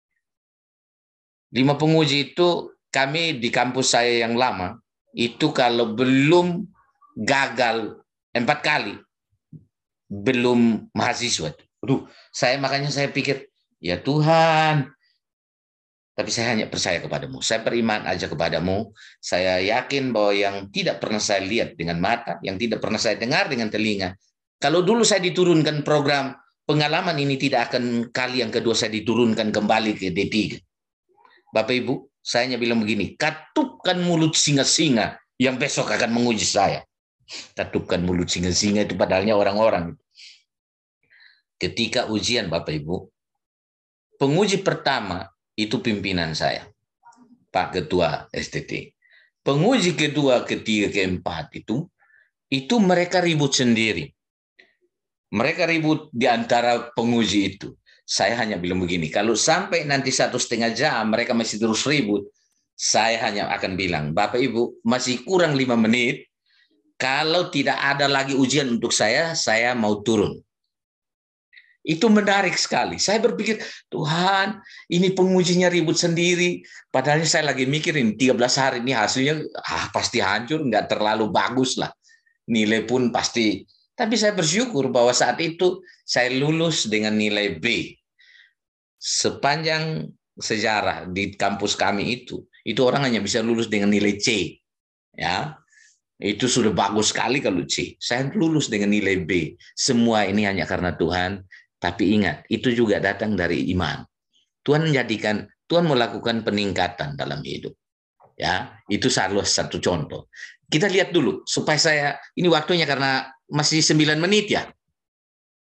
Lima penguji itu kami di kampus saya yang lama, itu kalau belum gagal empat kali, belum mahasiswa. Aduh, saya makanya saya pikir, ya Tuhan, tapi saya hanya percaya kepadamu. Saya beriman aja kepadamu. Saya yakin bahwa yang tidak pernah saya lihat dengan mata, yang tidak pernah saya dengar dengan telinga. Kalau dulu saya diturunkan program, pengalaman ini tidak akan kali yang kedua saya diturunkan kembali ke D tiga. Bapak Ibu, saya hanya bilang begini, katupkan mulut singa-singa yang besok akan menguji saya. Katupkan mulut singa-singa itu padahalnya orang-orang. Ketika ujian Bapak Ibu, penguji pertama, itu pimpinan saya, Pak Ketua S T T. Penguji kedua, ketiga, keempat itu, itu mereka ribut sendiri. Mereka ribut di antara penguji itu. Saya hanya bilang begini, kalau sampai nanti satu setengah jam mereka masih terus ribut, saya hanya akan bilang, Bapak Ibu masih kurang lima menit, kalau tidak ada lagi ujian untuk saya, saya mau turun. Itu menarik sekali. Saya berpikir, Tuhan, ini pengujinya ribut sendiri. Padahal saya lagi mikirin, tiga belas hari ini hasilnya ah, pasti hancur, nggak terlalu bagus lah. Nilai pun pasti. Tapi saya bersyukur bahwa saat itu saya lulus dengan nilai B. Sepanjang sejarah di kampus kami itu, itu orang hanya bisa lulus dengan nilai C. Ya, itu sudah bagus sekali kalau C. Saya lulus dengan nilai B. Semua ini hanya karena Tuhan. Tapi ingat, itu juga datang dari iman. Tuhan menjadikan, Tuhan melakukan peningkatan dalam hidup. Ya, itu salah satu contoh. Kita lihat dulu supaya saya, ini waktunya karena masih sembilan menit ya.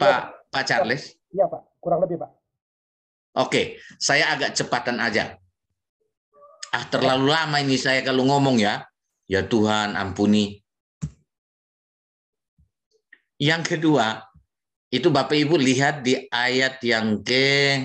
Pak Pak Charles? Iya Pak, kurang lebih Pak. Oke, saya agak cepatan aja. Ah, terlalu lama ini saya kalau ngomong ya. Ya Tuhan, ampuni. Yang kedua, itu Bapak Ibu lihat di ayat yang ke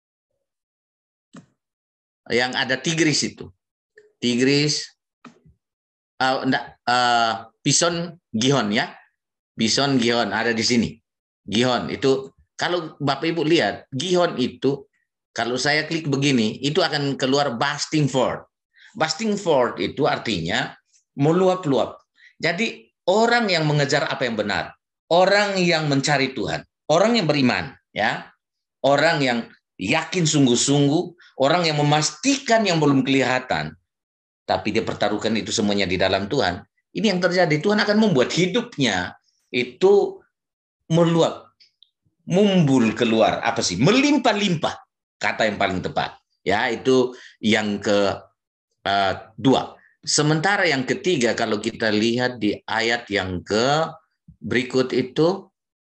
yang ada Tigris itu. Tigris uh, enggak, uh, Pison Gihon ya. Pison Gihon ada di sini. Gihon itu kalau Bapak Ibu lihat, Gihon itu kalau saya klik begini, itu akan keluar bursting forth. Bursting forth itu artinya meluap-luap. Jadi orang yang mengejar apa yang benar, orang yang mencari Tuhan, orang yang beriman, ya, orang yang yakin sungguh-sungguh, orang yang memastikan yang belum kelihatan, tapi dia pertaruhkan itu semuanya di dalam Tuhan. Ini yang terjadi. Tuhan akan membuat hidupnya itu meluap, mumbul keluar, apa sih? Melimpah-limpah, kata yang paling tepat. Ya, itu yang kedua. Uh, Sementara yang ketiga, kalau kita lihat di ayat yang ke berikut itu,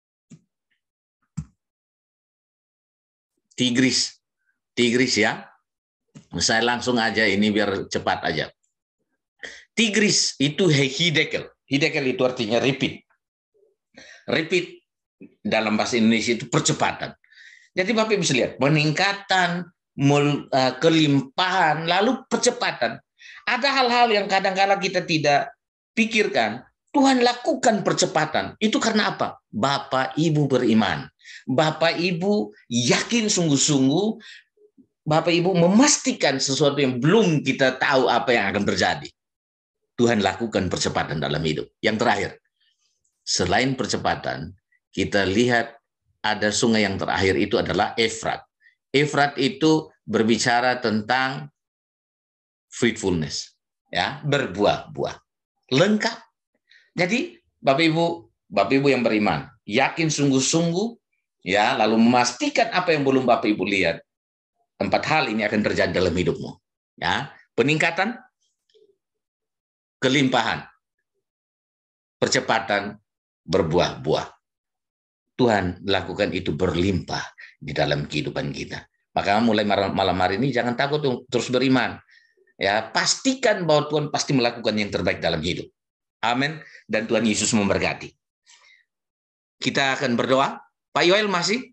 Tigris. Tigris ya. Saya langsung aja ini biar cepat aja. Tigris itu hidekel. Hidekel itu artinya repeat. Repeat dalam bahasa Indonesia itu percepatan. Jadi Bapak bisa lihat peningkatan, kelimpahan, lalu percepatan. Ada hal-hal yang kadang-kala kita tidak pikirkan. Tuhan lakukan percepatan. Itu karena apa? Bapak Ibu beriman. Bapak Ibu yakin sungguh-sungguh. Bapak Ibu memastikan sesuatu yang belum kita tahu apa yang akan terjadi. Tuhan lakukan percepatan dalam hidup. Yang terakhir, selain percepatan, kita lihat ada sungai yang terakhir itu adalah Efrat. Efrat itu berbicara tentang fruitfulness, ya, berbuah-buah, lengkap. Jadi Bapak Ibu, Bapak Ibu yang beriman, yakin sungguh-sungguh, ya, lalu memastikan apa yang belum Bapak Ibu lihat. Empat hal ini akan terjadi dalam hidupmu, ya, peningkatan, kelimpahan, percepatan, berbuah-buah. Tuhan lakukan itu berlimpah di dalam kehidupan kita. Maka mulai malam hari ini jangan takut untuk terus beriman. Ya, pastikan bahwa Tuhan pasti melakukan yang terbaik dalam hidup. Amin. Dan Tuhan Yesus memberkati. Kita akan berdoa. Pak Yoel masih?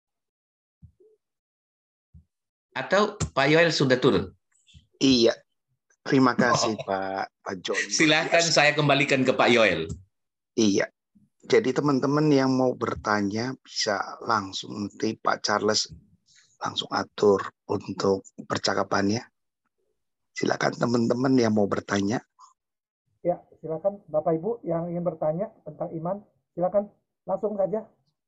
Atau Pak Yoel sudah turun? Iya. Terima kasih oh. Pak Pak John. Silakan saya kembalikan ke Pak Yoel. Iya. Jadi teman-teman yang mau bertanya bisa langsung nanti Pak Charles langsung atur untuk percakapannya. Silakan teman-teman yang mau bertanya. Ya, silakan Bapak Ibu yang ingin bertanya tentang iman, silakan langsung saja.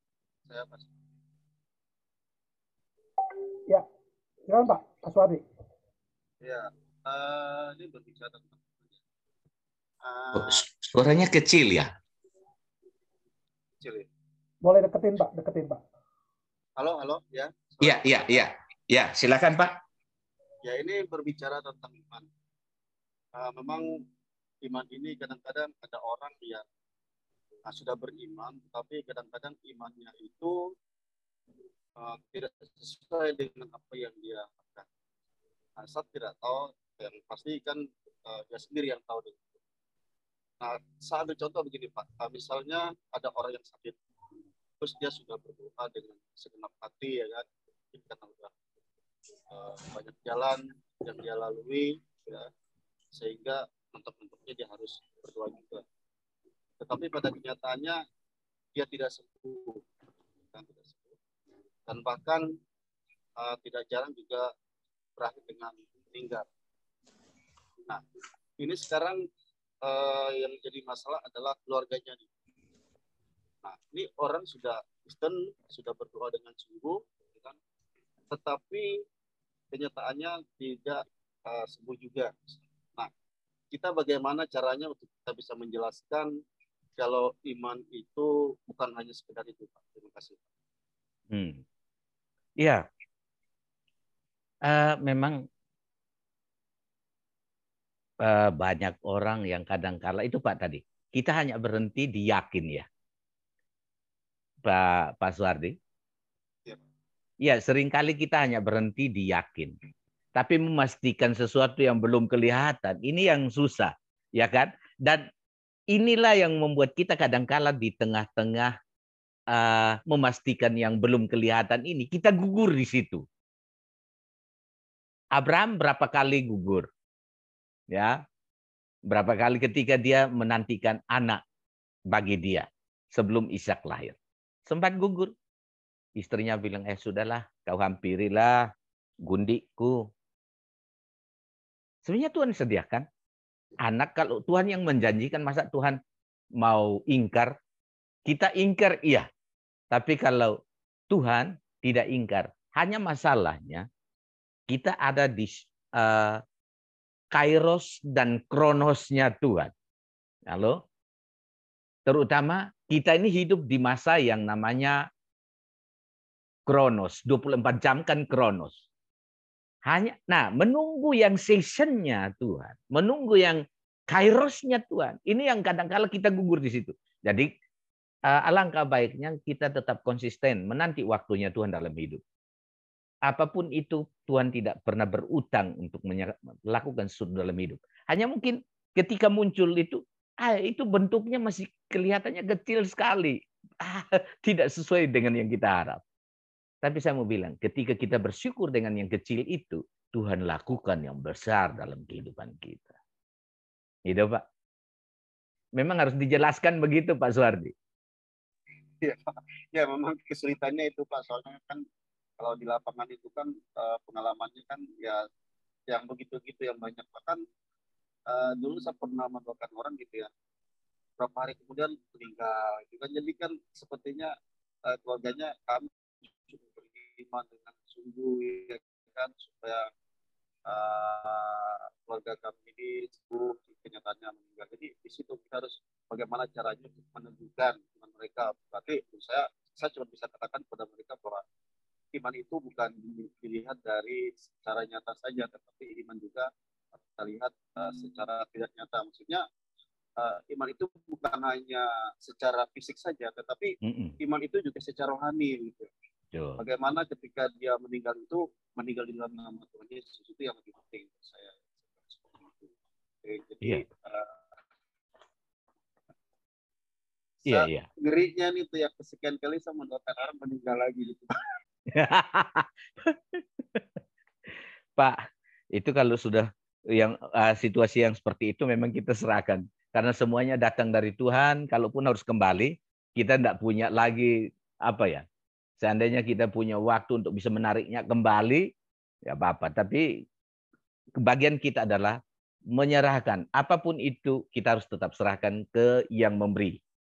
Ya, silakan Pak Aswadi. Ya, uh, ini berbicara tentang uh, oh, suaranya kecil ya. Kecil ya. Boleh deketin Pak, deketin Pak. Halo, halo, ya. Iya, iya, iya. Ya, silakan Pak. Ya, ini berbicara tentang iman. Uh, memang iman ini kadang-kadang ada orang yang uh, sudah beriman, tapi kadang-kadang imannya itu uh, tidak sesuai dengan apa yang dia lakukan. Nah, saya tidak tahu, yang pasti kan uh, dia sendiri yang tahu. Nah, saya ambil contoh begini Pak. Uh, misalnya ada orang yang sakit, terus dia sudah berdoa dengan segenap hati, ya kan? Karena udah uh, banyak jalan yang dia lalui, ya, sehingga mentok-mentoknya dia harus berdoa juga. Tetapi pada kenyataannya dia tidak sembuh, dan tidak sembuh, dan bahkan uh, tidak jarang juga berakhir dengan meninggal. Nah, ini sekarang uh, yang jadi masalah adalah keluarganya nih. Nah, ini orang sudah Kristen, sudah berdoa dengan sungguh, kan? Tetapi kenyataannya tidak uh, sembuh juga. Nah, kita bagaimana caranya untuk kita bisa menjelaskan kalau iman itu bukan hanya sekedar itu, Pak. Terima kasih. Hmm. Ya, uh, memang uh, banyak orang yang kadang-kala itu Pak tadi kita hanya berhenti di yakin ya. Pak Pak Suwardi. Ya, seringkali kita hanya berhenti di yakin. Tapi memastikan sesuatu yang belum kelihatan, ini yang susah, ya kan? Dan inilah yang membuat kita kadang-kala di tengah-tengah uh, memastikan yang belum kelihatan ini, kita gugur di situ. Abraham berapa kali gugur? Ya, berapa kali ketika dia menantikan anak bagi dia sebelum Ishak lahir. Sempat gugur. Istrinya bilang, eh sudahlah, kau hampirilah gundikku. Sebenarnya Tuhan sediakan anak, kalau Tuhan yang menjanjikan, masa Tuhan mau ingkar? Kita ingkar, iya. Tapi kalau Tuhan tidak ingkar, hanya masalahnya kita ada di uh, kairos dan kronosnya Tuhan. Lalu, terutama kita ini hidup di masa yang namanya kronos, dua puluh empat jam kan kronos. Hanya, nah menunggu yang seasonnya Tuhan, menunggu yang kairosnya Tuhan. Ini yang kadang-kala kita gugur di situ. Jadi uh, alangkah baiknya kita tetap konsisten menanti waktunya Tuhan dalam hidup. Apapun itu Tuhan tidak pernah berutang untuk melakukan sesuatu dalam hidup. Hanya mungkin ketika muncul itu, ah, itu bentuknya masih kelihatannya kecil sekali, ah, tidak sesuai dengan yang kita harap. Tapi saya mau bilang, ketika kita bersyukur dengan yang kecil itu, Tuhan lakukan yang besar dalam kehidupan kita. Itu Pak. Memang harus dijelaskan begitu Pak Suwardi. Ya, ya memang kesulitannya itu Pak. Soalnya kan kalau di lapangan itu kan uh, pengalamannya kan ya yang begitu-gitu yang banyak. Bahkan uh, dulu saya pernah mendoakan orang gitu ya. Berapa hari kemudian meninggal. Gitu kan. Jadi kan sepertinya uh, keluarganya kami beriman dengan sungguh ya kan supaya uh, keluarga kami ini sembuh, kenyataannya meninggal. Jadi di situ kita harus bagaimana caranya untuk menentukan iman mereka. Berarti saya saya cuma bisa katakan kepada mereka bahwa iman itu bukan dilihat dari secara nyata saja, tetapi iman juga kita lihat uh, secara tidak nyata. Maksudnya uh, iman itu bukan hanya secara fisik saja, tetapi Mm-mm. iman itu juga secara rohani gitu. Yo. Bagaimana ketika dia meninggal itu meninggal di dalam nama Tuhan Yesus, itu yang lebih penting untuk saya. Oke, jadi yeah. uh, Iya, iya. Ngerinya nih tuh ya kesekian kali saya mendoakan orang meninggal lagi gitu. Pak, itu kalau sudah yang uh, situasi yang seperti itu memang kita serahkan. Karena semuanya datang dari Tuhan, kalaupun harus kembali, kita tidak punya lagi apa ya. Seandainya kita punya waktu untuk bisa menariknya kembali, ya apa-apa. Tapi bagian kita adalah menyerahkan. Apapun itu kita harus tetap serahkan ke yang memberi.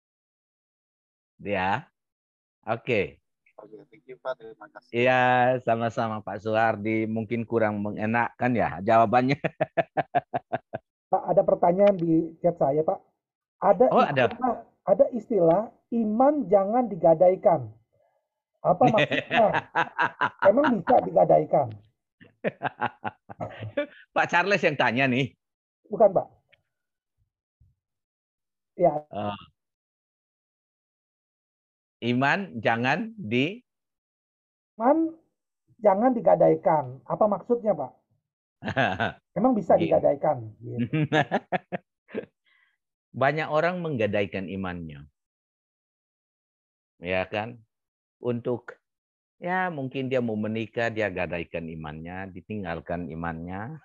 Ya, oke. Okay. Iya, sama-sama Pak Suwardi. Mungkin kurang mengenakkan ya jawabannya. Pak, ada pertanyaan di chat saya, Pak. Ada oh, istilah, ada. ada istilah iman jangan digadaikan. Apa maksudnya? Emang bisa digadaikan? Pak Charles yang tanya nih. Bukan, Pak. Ya. Uh. Iman jangan di Iman jangan digadaikan. Apa maksudnya, Pak? Emang bisa digadaikan? Gitu. Banyak orang menggadaikan imannya. Ya kan? Untuk ya mungkin dia mau menikah, dia gadaikan imannya, ditinggalkan imannya.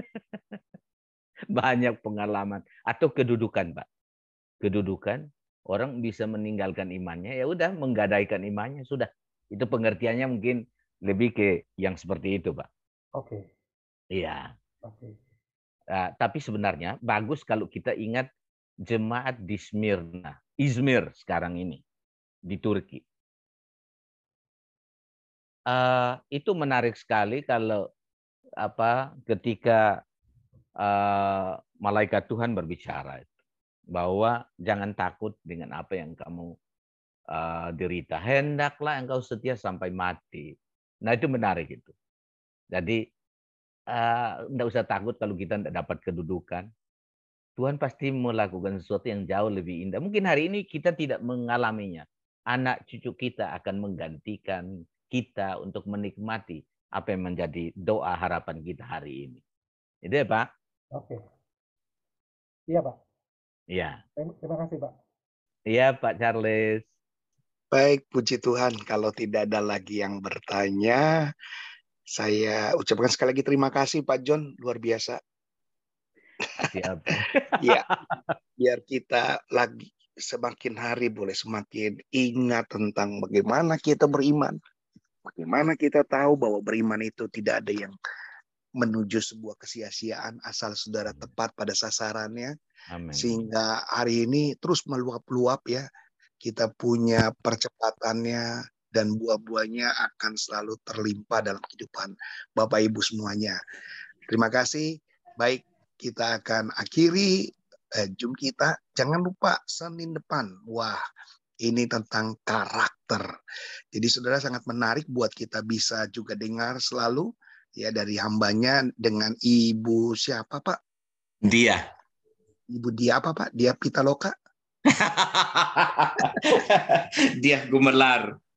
Banyak pengalaman atau kedudukan, Pak. Kedudukan orang bisa meninggalkan imannya, ya udah menggadaikan imannya sudah. Itu pengertiannya mungkin lebih ke yang seperti itu, Pak. Oke. Okay. Iya. Oke. Okay. Uh, tapi sebenarnya bagus kalau kita ingat jemaat di Smyrna, Izmir sekarang ini di Turki. Uh, itu menarik sekali kalau apa ketika uh, malaikat Tuhan berbicara bahwa jangan takut dengan apa yang kamu uh, derita, hendaklah engkau setia sampai mati. Nah itu menarik itu. Jadi tidak uh, usah takut kalau kita tidak dapat kedudukan. Tuhan pasti melakukan sesuatu yang jauh lebih indah. Mungkin hari ini kita tidak mengalaminya, anak cucu kita akan menggantikan kita untuk menikmati apa yang menjadi doa harapan kita hari ini. Itu ya Pak? Oke. Iya Pak. Iya. Terima kasih Pak. Iya Pak Charles. Baik, puji Tuhan. Kalau tidak ada lagi yang bertanya, saya ucapkan sekali lagi terima kasih Pak John, luar biasa. Siap. Ya, biar kita lagi semakin hari boleh semakin ingat tentang bagaimana kita beriman. Bagaimana kita tahu bahwa beriman itu tidak ada yang menuju sebuah kesia-siaan asal saudara tepat pada sasarannya. Amin. Sehingga hari ini terus meluap-luap ya. Kita punya percepatannya dan buah-buahnya akan selalu terlimpah dalam kehidupan Bapak Ibu semuanya. Terima kasih. Baik, kita akan akhiri eh, Zoom kita. Jangan lupa Senin depan. Wah, ini tentang karakter. Jadi saudara sangat menarik buat kita bisa juga dengar selalu ya dari hambanya dengan Ibu siapa Pak? Dia. Ibu dia apa Pak? Dia Pitaloka? Dia Gumelar.